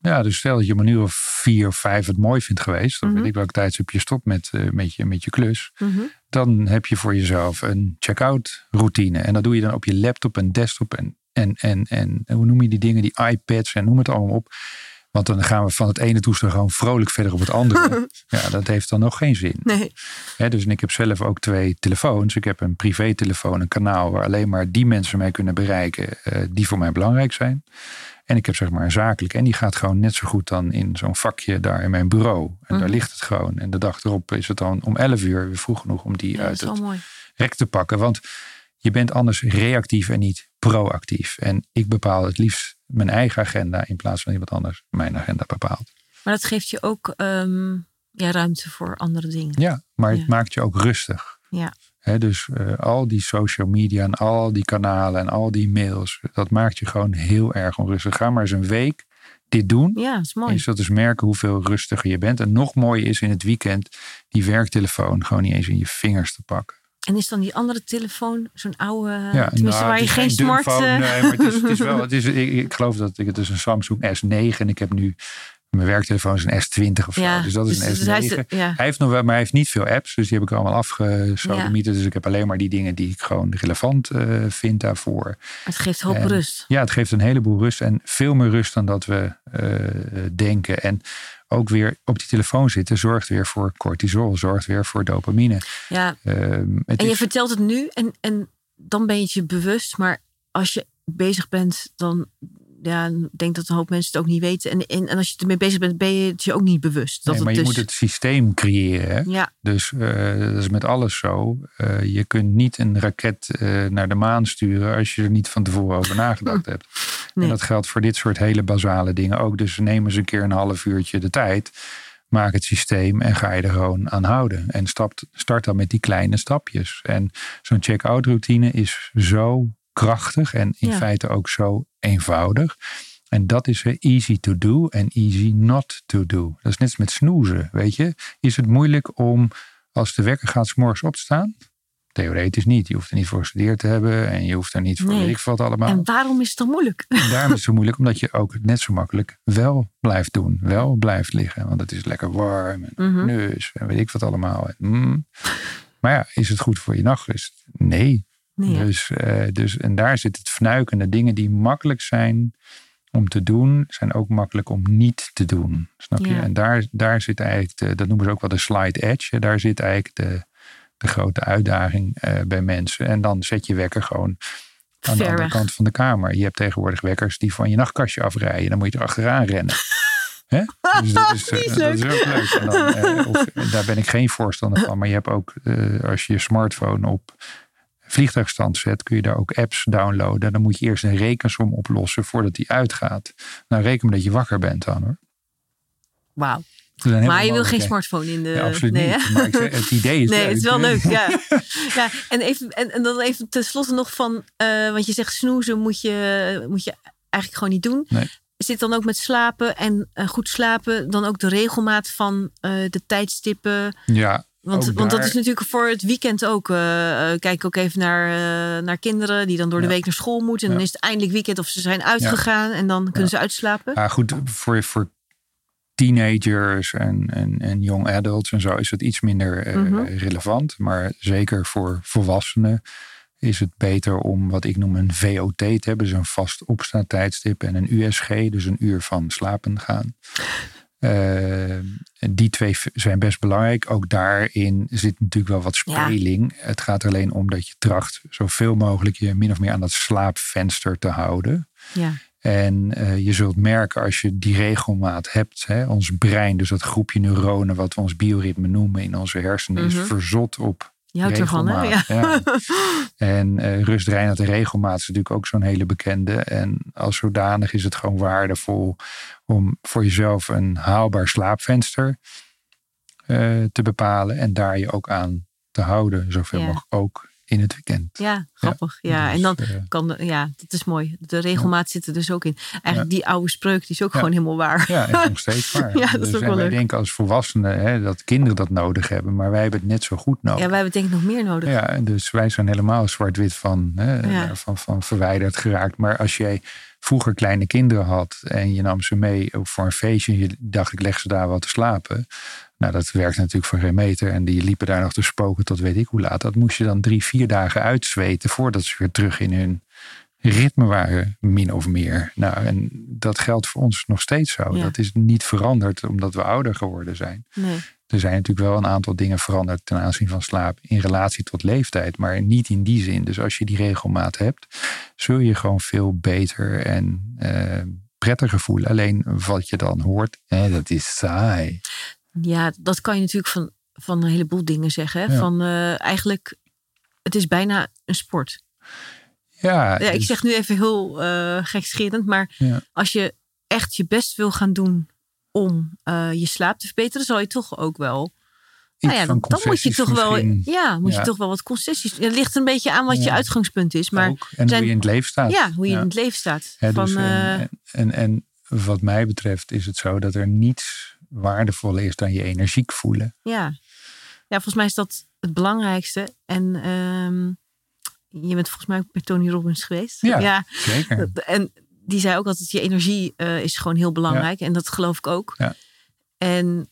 Ja, dus stel dat je om een uur of vier of vijf het mooi vindt geweest. Dan Mm-hmm. weet ik welke tijdstip je stopt met, uh, met, je, met je klus. Mm-hmm. Dan heb je voor jezelf een check-out routine. En dat doe je dan op je laptop en desktop. En, en, en, en hoe noem je die dingen? Die iPads en noem het allemaal op. Want dan gaan we van het ene toestel gewoon vrolijk verder op het andere. Ja, dat heeft dan nog geen zin. Nee. He, dus en ik heb zelf ook twee telefoons. Ik heb een privételefoon, een kanaal waar alleen maar die mensen mij kunnen bereiken uh, die voor mij belangrijk zijn. En ik heb zeg maar een zakelijk. En die gaat gewoon net zo goed dan in zo'n vakje daar in mijn bureau. En mm-hmm. daar ligt het gewoon. En de dag erop is het dan om elf uur weer vroeg genoeg om die ja, uit het mooi. rek te pakken. Want je bent anders reactief en niet proactief. En ik bepaal het liefst mijn eigen agenda in plaats van iemand anders mijn agenda bepaalt. Maar dat geeft je ook um, ja, ruimte voor andere dingen. Ja, maar het ja. maakt je ook rustig. Ja. He, dus uh, al die social media en al die kanalen en al die mails, dat maakt je gewoon heel erg onrustig. Ga maar eens een week dit doen. Ja, dat is mooi. En je zult dus merken hoeveel rustiger je bent. En nog mooier is in het weekend die werktelefoon gewoon niet eens in je vingers te pakken. En is dan die andere telefoon zo'n oude, ja, tenminste nou, waar je geen smart... Phone, nee, maar het is, het is wel, het is, ik, ik geloof dat ik het is een Samsung S negen en ik heb nu mijn werktelefoon is een S twintig of zo. Ja, dus dat is dus, een S negen. dus hij, is, ja. hij heeft nog wel, maar hij heeft niet veel apps, dus die heb ik er allemaal afgesodemieterd. Ja. Dus ik heb alleen maar die dingen die ik gewoon relevant uh, vind daarvoor. Het geeft hoop en, rust. Ja, het geeft een heleboel rust en veel meer rust dan dat we uh, denken. En ook weer op die telefoon zitten zorgt weer voor cortisol, zorgt weer voor dopamine. Ja. Um, het en je is... vertelt het nu en, en dan ben je het je bewust, maar als je bezig bent, dan ja, ik denk dat een hoop mensen het ook niet weten. En, en, en als je ermee bezig bent, ben je het je ook niet bewust. Dat nee, maar het je dus... moet het systeem creëren. Hè? Ja. Dus uh, dat is met alles zo. Uh, je kunt niet een raket uh, naar de maan sturen als je er niet van tevoren over nagedacht hebt. Nee. En dat geldt voor dit soort hele basale dingen ook. Dus neem eens een keer een half uurtje de tijd. Maak het systeem en ga je er gewoon aan houden. En stap, start dan met die kleine stapjes. En zo'n check-out routine is zo krachtig en in ja. feite ook zo eenvoudig. En dat is easy to do en easy not to do. Dat is net als met snoezen, weet je. Is het moeilijk om, als de wekker gaat, 's morgens op te staan? Theoretisch niet. Je hoeft er niet voor gestudeerd te hebben en je hoeft er niet voor nee. weet ik wat allemaal. En waarom is het dan moeilijk? En daarom is het zo moeilijk, omdat je ook net zo makkelijk wel blijft doen. Wel blijft liggen, want het is lekker warm en mm-hmm. neus en weet ik wat allemaal. En, mm. Maar ja, is het goed voor je nachtrust? Nee. nee dus, uh, dus, en daar zit het fnuikende. Dingen die makkelijk zijn om te doen, zijn ook makkelijk om niet te doen. Snap je? Ja. En daar, daar zit eigenlijk, de, dat noemen ze ook wel de slide edge. Daar zit eigenlijk de, de grote uitdaging uh, bij mensen. En dan zet je wekker gewoon aan Ver de andere weg. kant van de kamer. Je hebt tegenwoordig wekkers die van je nachtkastje afrijden. Dan moet je er achteraan rennen. Hè? Dus dat is, uh, dat is ook leuk. En dan, uh, of, daar ben ik geen voorstander van. Maar je hebt ook, uh, als je je smartphone op vliegtuigstand zet, kun je daar ook apps downloaden. Dan moet je eerst een rekensom oplossen voordat die uitgaat. Nou, reken maar dat je wakker bent dan, hoor. Wauw. Maar je wil geen smartphone in de... Ja, absoluut nee, niet. Maar ik zeg, het idee is nee, leuk. het is wel leuk, ja. ja en, even, en, en dan even tenslotte nog van... Uh, want je zegt snoezen moet je, moet je eigenlijk gewoon niet doen. Nee. Zit dan ook met slapen en uh, goed slapen... dan ook de regelmaat van uh, de tijdstippen... Ja. Want, daar... want dat is natuurlijk voor het weekend ook. Uh, kijk ook even naar, uh, naar kinderen die dan door de ja. week naar school moeten. En ja. dan is het eindelijk weekend of ze zijn uitgegaan. Ja. En dan kunnen ja. ze uitslapen. Ja, goed, voor, voor teenagers en, en, en young adults en zo is het iets minder uh, mm-hmm. relevant. Maar zeker voor volwassenen is het beter om wat ik noem een V O T te hebben. Dus een vast opstaantijdstip en een U S G. Dus een uur van slapen gaan. Uh, die twee zijn best belangrijk. Ook daarin zit natuurlijk wel wat speling. Ja. Het gaat er alleen om dat je tracht zoveel mogelijk je min of meer aan dat slaapvenster te houden. Ja. En uh, je zult merken als je die regelmaat hebt. Hè, ons brein, dus dat groepje neuronen wat we ons bioritme noemen in onze hersenen, mm-hmm. is verzot op je houdt ervan, hè? Ja. Ja. En uh, rust, reinheid en regelmaat is natuurlijk ook zo'n hele bekende. En als zodanig is het gewoon waardevol om voor jezelf een haalbaar slaapvenster uh, te bepalen. En daar je ook aan te houden, zoveel ja. mogelijk ook in het weekend. Ja, grappig. Ja, ja. Dus, en dan uh, kan, ja, dat is mooi. De regelmaat ja. zit er dus ook in. Eigenlijk ja. die oude spreuk, die is ook ja. gewoon helemaal waar. Ja, is nog steeds waar. Ja, dat is dus, ook wel en wij leuk. denken als volwassenen hè, dat kinderen dat nodig hebben, maar wij hebben het net zo goed nodig. Ja, wij hebben het denk ik nog meer nodig. Ja, dus wij zijn helemaal zwart-wit van, hè, ja. van, van verwijderd geraakt. Maar als jij vroeger kleine kinderen had en je nam ze mee voor een feestje en je dacht ik leg ze daar wat te slapen. Nou, dat werkt natuurlijk voor geen meter. En die liepen daar nog te spoken tot weet ik hoe laat. Dat moest je dan drie, vier dagen uitzweten voordat ze weer terug in hun ritme waren, min of meer. Nou, en dat geldt voor ons nog steeds zo. Ja. Dat is niet veranderd omdat we ouder geworden zijn. Nee. Er zijn natuurlijk wel een aantal dingen veranderd ten aanzien van slaap in relatie tot leeftijd, maar niet in die zin. Dus als je die regelmaat hebt, zul je gewoon veel beter en uh, prettiger voelen. Alleen wat je dan hoort, hè, dat is saai. Ja, dat kan je natuurlijk van, van een heleboel dingen zeggen. Hè? Ja. Van uh, eigenlijk, het is bijna een sport. Ja, ja, ik dus, zeg nu even heel uh, gekscherend, maar ja. als je echt je best wil gaan doen om uh, je slaap te verbeteren, zal je toch ook wel. Nou ja, dan, dan moet je toch wel. Ja, moet ja. je toch wel wat concessies. Het ligt een beetje aan wat ja. je uitgangspunt is. Maar ook. En zijn, hoe je in het leven staat. Ja, hoe je ja. in het leven staat. Ja, van, dus, uh, en, en, en wat mij betreft is het zo dat er niets waardevoller is dan je energiek voelen. Ja. ja, volgens mij is dat het belangrijkste. En um, je bent volgens mij ook bij Tony Robbins geweest. Ja, ja. zeker. En die zei ook altijd, je energie uh, is gewoon heel belangrijk. Ja. En dat geloof ik ook. Ja. En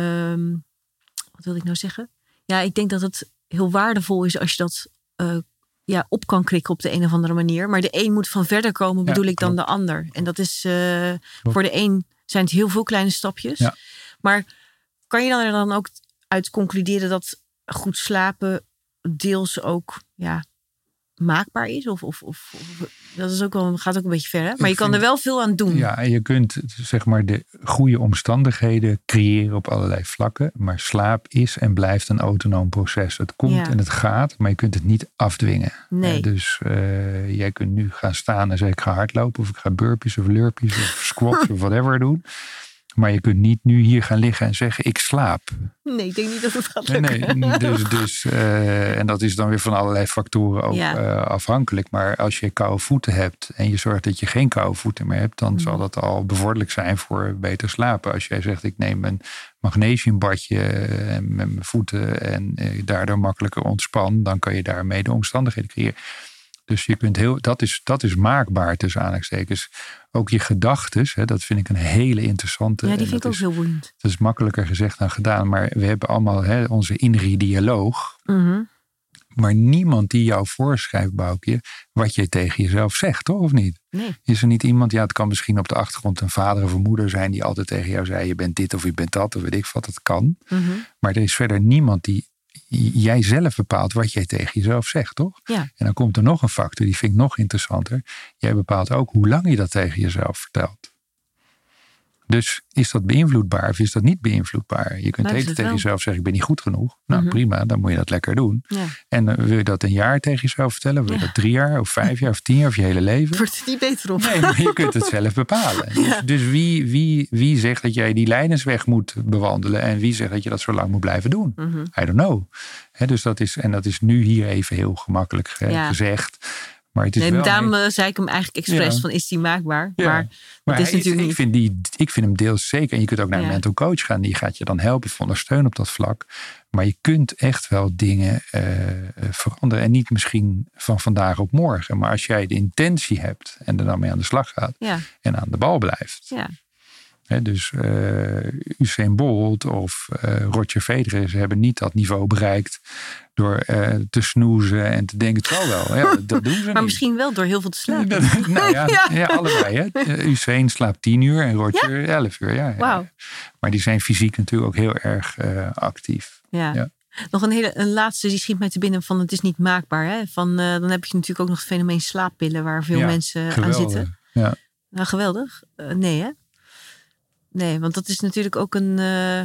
um, wat wil ik nou zeggen? Ja, ik denk dat het heel waardevol is als je dat uh, ja, op kan krikken op de een of andere manier. Maar de een moet van verder komen, bedoel ja, ik dan de ander. En dat is uh, voor de een zijn het heel veel kleine stapjes. Ja. Maar kan je dan er dan ook uit concluderen dat goed slapen deels ook ja, maakbaar is? Of, of, of, of dat is ook wel, gaat ook een beetje ver, hè? Maar ik je kan vind, er wel veel aan doen. Ja, je kunt zeg maar de goede omstandigheden creëren op allerlei vlakken. Maar slaap is en blijft een autonoom proces. Het komt ja. en het gaat, maar je kunt het niet afdwingen. Nee. Uh, dus uh, jij kunt nu gaan staan en zeggen ik ga hardlopen of ik ga burpees of lurpees of squats of whatever doen. Maar je kunt niet nu hier gaan liggen en zeggen ik slaap. Nee, ik denk niet dat het gaat lukken. Nee, dus, dus, uh, en dat is dan weer van allerlei factoren ook ja. uh, afhankelijk. Maar als je koude voeten hebt en je zorgt dat je geen koude voeten meer hebt, dan mm. zal dat al bevorderlijk zijn voor beter slapen. Als jij zegt ik neem een magnesiumbadje met mijn voeten en uh, daardoor makkelijker ontspan, dan kan je daarmee de omstandigheden creëren. Dus je kunt heel, dat is, dat is maakbaar tussen aanhalingstekens. Ook je gedachtes, hè, dat vind ik een hele interessante. Ja, die vind ik ook is, heel boeiend. Dat is makkelijker gezegd dan gedaan. Maar we hebben allemaal hè, onze innerlijke dialoog. Mm-hmm. Maar niemand die jou voorschrijft, Boukje, wat je tegen jezelf zegt, toch? Of niet? Nee. Is er niet iemand, ja, het kan misschien op de achtergrond een vader of een moeder zijn die altijd tegen jou zei, je bent dit of je bent dat, of weet ik wat, dat kan. Mm-hmm. Maar er is verder niemand die jij zelf bepaalt wat jij tegen jezelf zegt, toch? Ja. En dan komt er nog een factor, die vind ik nog interessanter. Jij bepaalt ook hoe lang je dat tegen jezelf vertelt. Dus is dat beïnvloedbaar of is dat niet beïnvloedbaar? Je kunt tegen wel. jezelf zeggen, ik ben niet goed genoeg. Nou, mm-hmm. prima, dan moet je dat lekker doen. Ja. En uh, wil je dat een jaar tegen jezelf vertellen? Wil je ja. dat drie jaar of vijf jaar of tien jaar of je hele leven? Wordt het niet beter op? Nee, maar je kunt het zelf bepalen. Ja. Dus, dus wie, wie, wie zegt dat jij die lijdensweg moet bewandelen en wie zegt dat je dat zo lang moet blijven doen? Mm-hmm. I don't know. He, dus dat is, en dat is nu hier even heel gemakkelijk ge- ja. gezegd. Maar het is nee, wel daarom een... zei ik hem eigenlijk expres ja. van is die maakbaar? Ja. Maar, maar dat is natuurlijk ik, niet. Vind die, ik vind hem deels zeker. En je kunt ook naar een ja. mental coach gaan. Die gaat je dan helpen, ondersteunen op dat vlak. Maar je kunt echt wel dingen uh, veranderen. En niet misschien van vandaag op morgen. Maar als jij de intentie hebt en er dan mee aan de slag gaat. Ja. En aan de bal blijft. Ja. He, dus uh, Usain Bolt of uh, Roger Federer, ze hebben niet dat niveau bereikt door uh, te snoezen en te denken, het zal wel. Ja, dat doen ze maar niet. misschien wel door heel veel te slapen. nou ja, ja. ja, allebei. Hè. Usain slaapt tien uur en Roger ja? elf uur. Ja, ja. Wauw. Maar die zijn fysiek natuurlijk ook heel erg uh, actief. Ja. ja. Nog een hele een laatste, die schiet mij te binnen van het is niet maakbaar. Hè? Van, uh, dan heb je natuurlijk ook nog het fenomeen slaappillen waar veel ja, mensen geweldig. aan zitten. Ja. Nou, geweldig. Uh, nee, hè? Nee, want dat is natuurlijk ook een... Uh,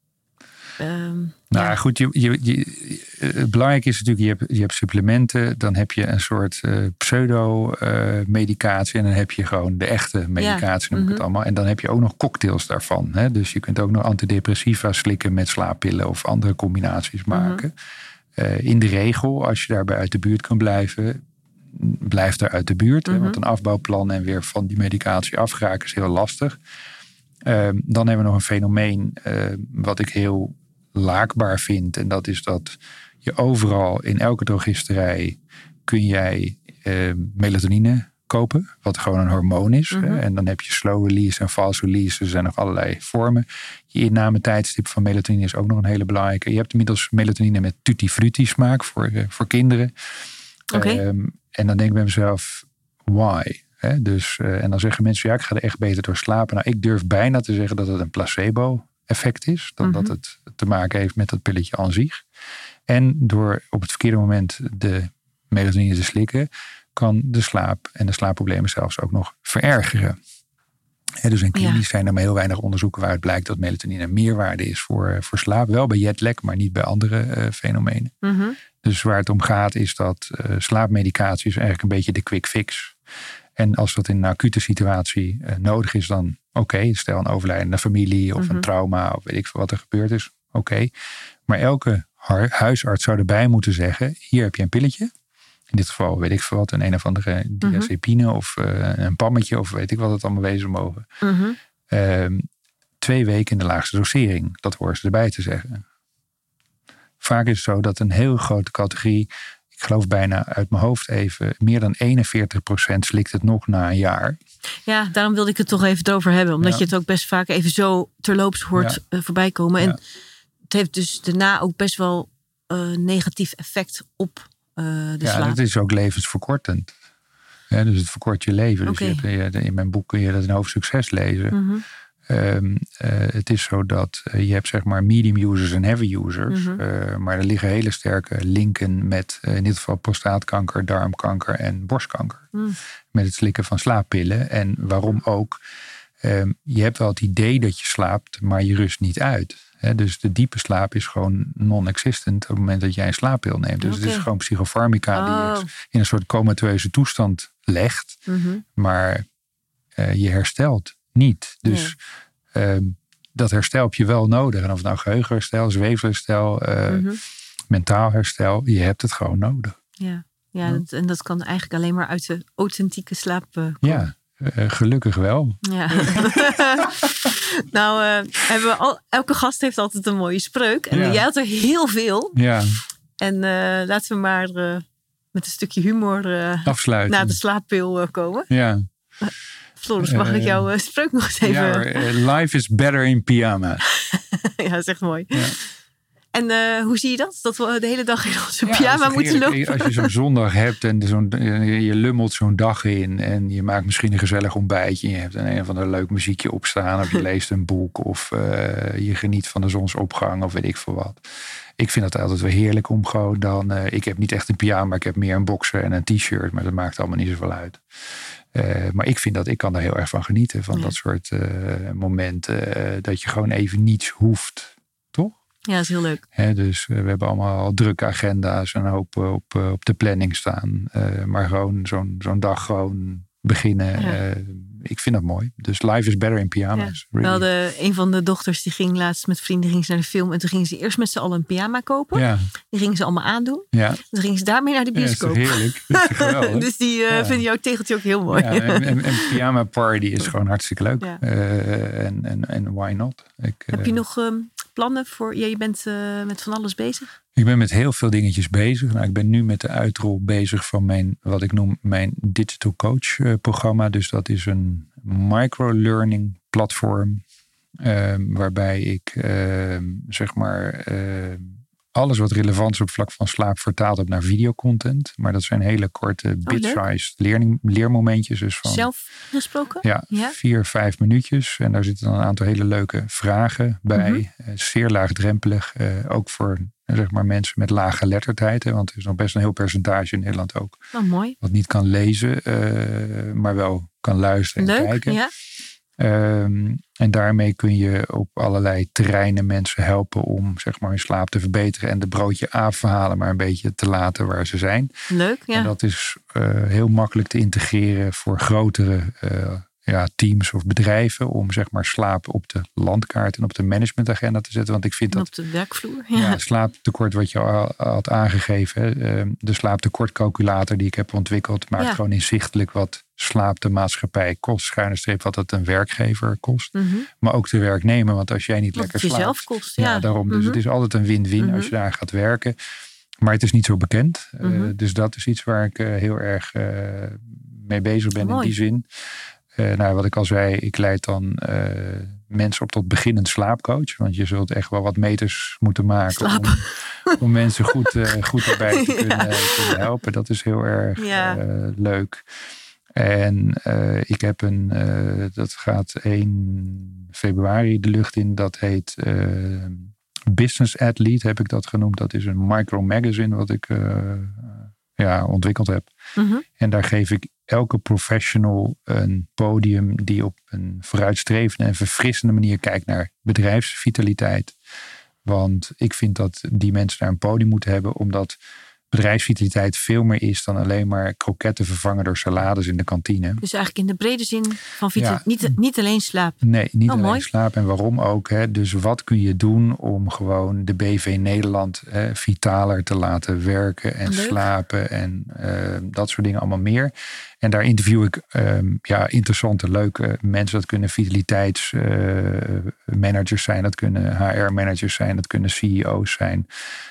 um, nou ja. goed, je, je, je, het belangrijke is natuurlijk, je hebt, je hebt supplementen. Dan heb je een soort uh, pseudo-medicatie. Uh, en dan heb je gewoon de echte medicatie, ja. noem ik mm-hmm. het allemaal. En dan heb je ook nog cocktails daarvan. Hè? Dus je kunt ook nog antidepressiva slikken met slaappillen of andere combinaties maken. Uh, in de regel, als je daarbij uit de buurt kan blijven, blijf daar uit de buurt. Mm-hmm. Hè, want een afbouwplan en weer van die medicatie afgeraken is heel lastig. Uh, dan hebben we nog een fenomeen uh, wat ik heel laakbaar vind. En dat is dat je overal in elke drogisterij kun jij uh, melatonine kopen. Wat gewoon een hormoon is. Mm-hmm. Hè, en dan heb je slow release en fast release. Er zijn nog allerlei vormen. Je innametijdstip van melatonine is ook nog een hele belangrijke. Je hebt inmiddels melatonine met tutti frutti smaak voor, uh, voor kinderen. Okay. Um, en dan denk ik bij mezelf, why? He, dus, uh, en dan zeggen mensen, ja, ik ga er echt beter door slapen. Nou, ik durf bijna te zeggen dat het een placebo-effect is. Dan mm-hmm. dat het te maken heeft met dat pilletje aan zich. En door op het verkeerde moment de melatonine te slikken, kan de slaap en de slaapproblemen zelfs ook nog verergeren. He, dus in klinisch ja. zijn er maar heel weinig onderzoeken waaruit blijkt dat melatonine een meerwaarde is voor, voor slaap. Wel bij jetlag, maar niet bij andere uh, fenomenen. Mm-hmm. Dus waar het om gaat is dat uh, slaapmedicatie is eigenlijk een beetje de quick fix. En als dat in een acute situatie uh, nodig is, dan oké. Okay, stel een overlijdende familie of mm-hmm. een trauma of weet ik veel wat er gebeurd is. Oké. Okay. Maar elke huisarts zou erbij moeten zeggen, hier heb je een pilletje. In dit geval weet ik veel wat, een een of andere diazepine mm-hmm. of uh, een pammetje of weet ik wat het allemaal wezen mogen. Mm-hmm. Uh, twee weken in de laagste dosering. Dat horen ze erbij te zeggen. Vaak is het zo dat een heel grote categorie, ik geloof bijna uit mijn hoofd even, meer dan eenenveertig procent slikt het nog na een jaar. Ja, daarom wilde ik het toch even over hebben. Omdat ja. je het ook best vaak even zo terloops hoort ja. uh, voorbij komen. En ja. het heeft dus daarna ook best wel uh, negatief effect op uh, de ja, slaap. Ja, het is ook levensverkortend. Ja, dus het verkort je leven. Okay. Dus je hebt, in mijn boek kun je dat in hoofdstuk zes lezen. Mm-hmm. Um, uh, het is zo dat uh, je hebt zeg maar medium users en heavy users. Mm-hmm. Uh, maar er liggen hele sterke linken met uh, in dit geval prostaatkanker, darmkanker en borstkanker. Mm. Met het slikken van slaappillen. En waarom ook? Um, je hebt wel het idee dat je slaapt, maar je rust niet uit. He, dus de diepe slaap is gewoon non-existent op het moment dat jij een slaappil neemt. Dus okay. Het is gewoon psychofarmica oh. die je in een soort comateuze toestand legt. Mm-hmm. Maar uh, je herstelt niet. Dus nee. um, dat herstel heb je wel nodig. En of het nou geheugenherstel, zweefherstel, uh, mm-hmm. mentaal herstel. Je hebt het gewoon nodig. Ja, ja, ja. Dat, en dat kan eigenlijk alleen maar uit de authentieke slaap uh, komen. Ja, uh, gelukkig wel. Ja. nou, uh, hebben we al, elke gast heeft altijd een mooie spreuk. En ja. jij had er heel veel. Ja. En uh, laten we maar uh, met een stukje humor uh, afsluiten. Naar de slaappil uh, komen. Ja. Uh, Floris, mag uh, ik jouw uh, spreuk nog eens even... Ja, uh, life is better in pyjama. Ja, dat is echt mooi. Ja. En uh, hoe zie je dat? Dat we de hele dag in onze ja, pyjama moeten lopen? Als je zo'n zondag hebt en zo'n, je lummelt zo'n dag in... en je maakt misschien een gezellig ontbijtje... en je hebt een, een of ander leuk muziekje opstaan... of je leest een boek of uh, je geniet van de zonsopgang of weet ik veel wat. Ik vind het altijd wel heerlijk om gewoon dan... Uh, ik heb niet echt een pyjama, maar ik heb meer een boxer en een t-shirt... maar dat maakt allemaal niet zoveel uit. Uh, maar ik vind dat ik kan daar heel erg van genieten. Van ja. dat soort uh, momenten. Uh, dat je gewoon even niets hoeft. Toch? Ja, dat is heel leuk. He, dus uh, we hebben allemaal drukke agenda's. En een hoop uh, op, uh, op de planning staan. Uh, maar gewoon zo'n, zo'n dag gewoon beginnen. Ja. Uh, ik vind dat mooi. Dus life is better in pyjama's. Ja. Really. We hadden een van de dochters die ging laatst met vrienden ging ze naar de film. En toen gingen ze eerst met z'n allen een pyjama kopen. Ja. Die gingen ze allemaal aandoen. Ja. Toen gingen ze daarmee naar de bioscoop. Ja, dat is heerlijk. Dat is geweldig. Dus die uh, ja. vind jouw tegeltje ook heel mooi. Ja, en, en, en pyjama party is gewoon hartstikke leuk. Ja. Uh, en, en, en why not? Ik, Heb uh, je nog um, plannen voor... Ja, je bent uh, met van alles bezig? Ik ben met heel veel dingetjes bezig. Nou, ik ben nu met de uitrol bezig van mijn, wat ik noem, mijn digital coach uh, programma. Dus dat is een microlearning platform. Uh, waarbij ik uh, zeg maar uh, alles wat relevant is op vlak van slaap vertaald heb naar videocontent. Maar dat zijn hele korte bit-sized oh, leerning, leermomentjes. Dus van, zelf gesproken? Ja, ja, vier, vijf minuutjes. En daar zitten dan een aantal hele leuke vragen bij. Mm-hmm. Uh, zeer laagdrempelig. Uh, ook voor zeg maar mensen met lage geletterdheid. Hè, want er is nog best een heel percentage in Nederland ook. Oh, mooi. Wat niet kan lezen, uh, maar wel kan luisteren leuk, en kijken. Ja. Um, en daarmee kun je op allerlei terreinen mensen helpen om zeg maar hun slaap te verbeteren en de broodje aapverhalen maar een beetje te laten waar ze zijn. Leuk, ja. En dat is uh, heel makkelijk te integreren voor grotere uh, ja, teams of bedrijven om zeg maar slaap op de landkaart en op de managementagenda te zetten. Want ik vind en dat op de werkvloer. Ja. Ja, slaaptekort wat je al had aangegeven. Hè, de slaaptekortcalculator die ik heb ontwikkeld maakt Ja. gewoon inzichtelijk wat slaap de maatschappij kost. Schuine streep wat het een werkgever kost. Mm-hmm. Maar ook de werknemer. Want als jij niet Wat lekker het jezelf slaapt. kost. Ja, Ja, daarom. Dus mm-hmm. het is altijd een win-win Mm-hmm. als je daar gaat werken. Maar het is niet zo bekend. Mm-hmm. Uh, dus dat is iets waar ik uh, heel erg uh, mee bezig ben Mooi. in die zin. Uh, nou, wat ik al zei, ik leid dan uh, mensen op tot beginnend slaapcoach. Want je zult echt wel wat meters moeten maken om, om mensen goed, uh, goed erbij te kunnen, ja. kunnen helpen. Dat is heel erg ja. uh, leuk. En uh, ik heb een, uh, dat gaat één februari de lucht in. Dat heet uh, Business Athlete, heb ik dat genoemd. Dat is een micro magazine wat ik uh, ja, ontwikkeld heb. Mm-hmm. En daar geef ik elke professional een podium die op een vooruitstrevende en verfrissende manier kijkt naar bedrijfsvitaliteit. Want ik vind dat die mensen daar een podium moeten hebben, omdat bedrijfsvitaliteit veel meer is dan alleen maar kroketten vervangen door salades in de kantine. Dus eigenlijk in de brede zin van vitaliteit. Ja. Niet, niet alleen slaap. Nee, niet oh, alleen mooi. slaap. En waarom ook. Hè? Dus wat kun je doen om gewoon de B V Nederland hè, vitaler te laten werken en Leuk. slapen en uh, dat soort dingen allemaal meer. En daar interview ik um, ja, interessante, leuke mensen. Dat kunnen vitaliteitsmanagers uh, zijn. Dat kunnen H R-managers zijn. Dat kunnen C E O's zijn.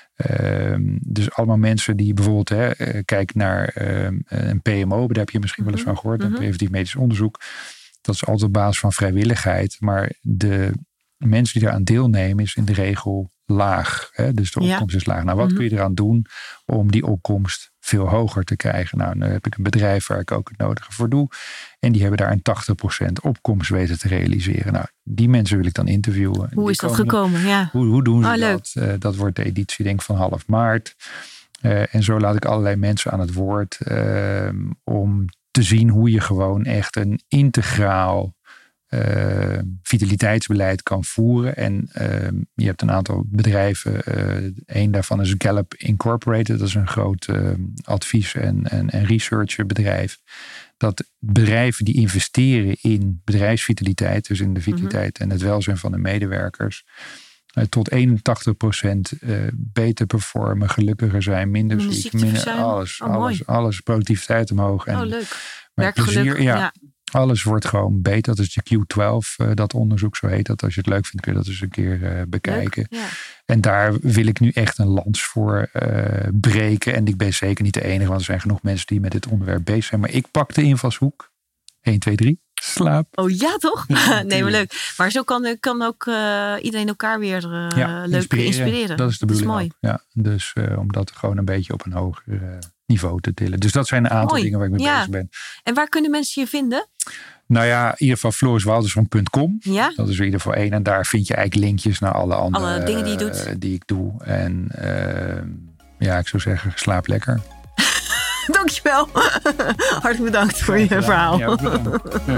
Um, dus allemaal mensen die bijvoorbeeld hè, uh, kijken naar um, een P M O. Daar heb je misschien wel eens van gehoord. Mm-hmm. Een preventief medisch onderzoek. Dat is altijd op basis van vrijwilligheid. Maar de mensen die daaraan deelnemen is in de regel laag. Hè? Dus de opkomst ja. is laag. Nou, wat mm-hmm. kun je eraan doen om die opkomst veel hoger te krijgen? Nou, dan heb ik een bedrijf waar ik ook het nodige voor doe. En die hebben daar een tachtig procent opkomst weten te realiseren. Nou, die mensen wil ik dan interviewen. Hoe die is dat komen, gekomen? Ja. Hoe, hoe doen ze oh, dat? Uh, dat wordt de editie denk ik van half maart. Uh, en zo laat ik allerlei mensen aan het woord. Uh, om te zien hoe je gewoon echt een integraal Uh, vitaliteitsbeleid kan voeren. En uh, je hebt een aantal bedrijven. Uh, een daarvan is Gallup Incorporated. Dat is een groot uh, advies- en, en, en researchbedrijf. Dat bedrijven die investeren in bedrijfsvitaliteit, dus in de vitaliteit mm-hmm. en het welzijn van de medewerkers, uh, tot eenentachtig procent uh, beter performen, gelukkiger zijn, minder, minder ziek, minder alles, oh, alles, alles, productiviteit omhoog. En oh, leuk. Werkgeluk, plezier, ja. ja. Alles wordt gewoon beter. Dat is de Q twaalf, uh, dat onderzoek, zo heet dat. Als je het leuk vindt, kun je dat eens een keer uh, bekijken. Leuk, ja. En daar wil ik nu echt een lans voor uh, breken. En ik ben zeker niet de enige, want er zijn genoeg mensen die met dit onderwerp bezig zijn. Maar ik pak de invalshoek. één, twee, drie. Slaap. Oh ja, toch? Ja, nee, maar leuk. Maar zo kan, kan ook uh, iedereen elkaar weer uh, ja, leuk inspireren. inspireren. Dat is de bedoeling. Dat is mooi. Ja, dus uh, om dat gewoon een beetje op een hoger uh, niveau te tillen. Dus dat zijn een aantal mooi. dingen waar ik mee ja. bezig ben. En waar kunnen mensen je vinden? Nou ja, in ieder geval floris wouterson punt com. Ja? Dat is in ieder geval één. En daar vind je eigenlijk linkjes naar alle andere alle dingen die je doet. Uh, die ik doe. En uh, ja, ik zou zeggen, slaap lekker. Dankjewel. Hartelijk bedankt voor je verhaal. Ja, bedankt. Ja.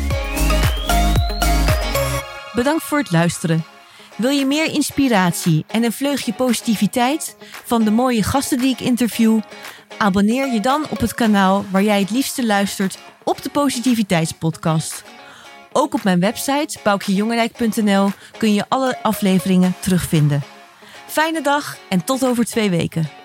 Bedankt voor het luisteren. Wil je meer inspiratie en een vleugje positiviteit van de mooie gasten die ik interview? Abonneer je dan op het kanaal waar jij het liefste luistert op de Positiviteitspodcast. Ook op mijn website boukjejongerdijk punt n l kun je alle afleveringen terugvinden. Fijne dag en tot over twee weken.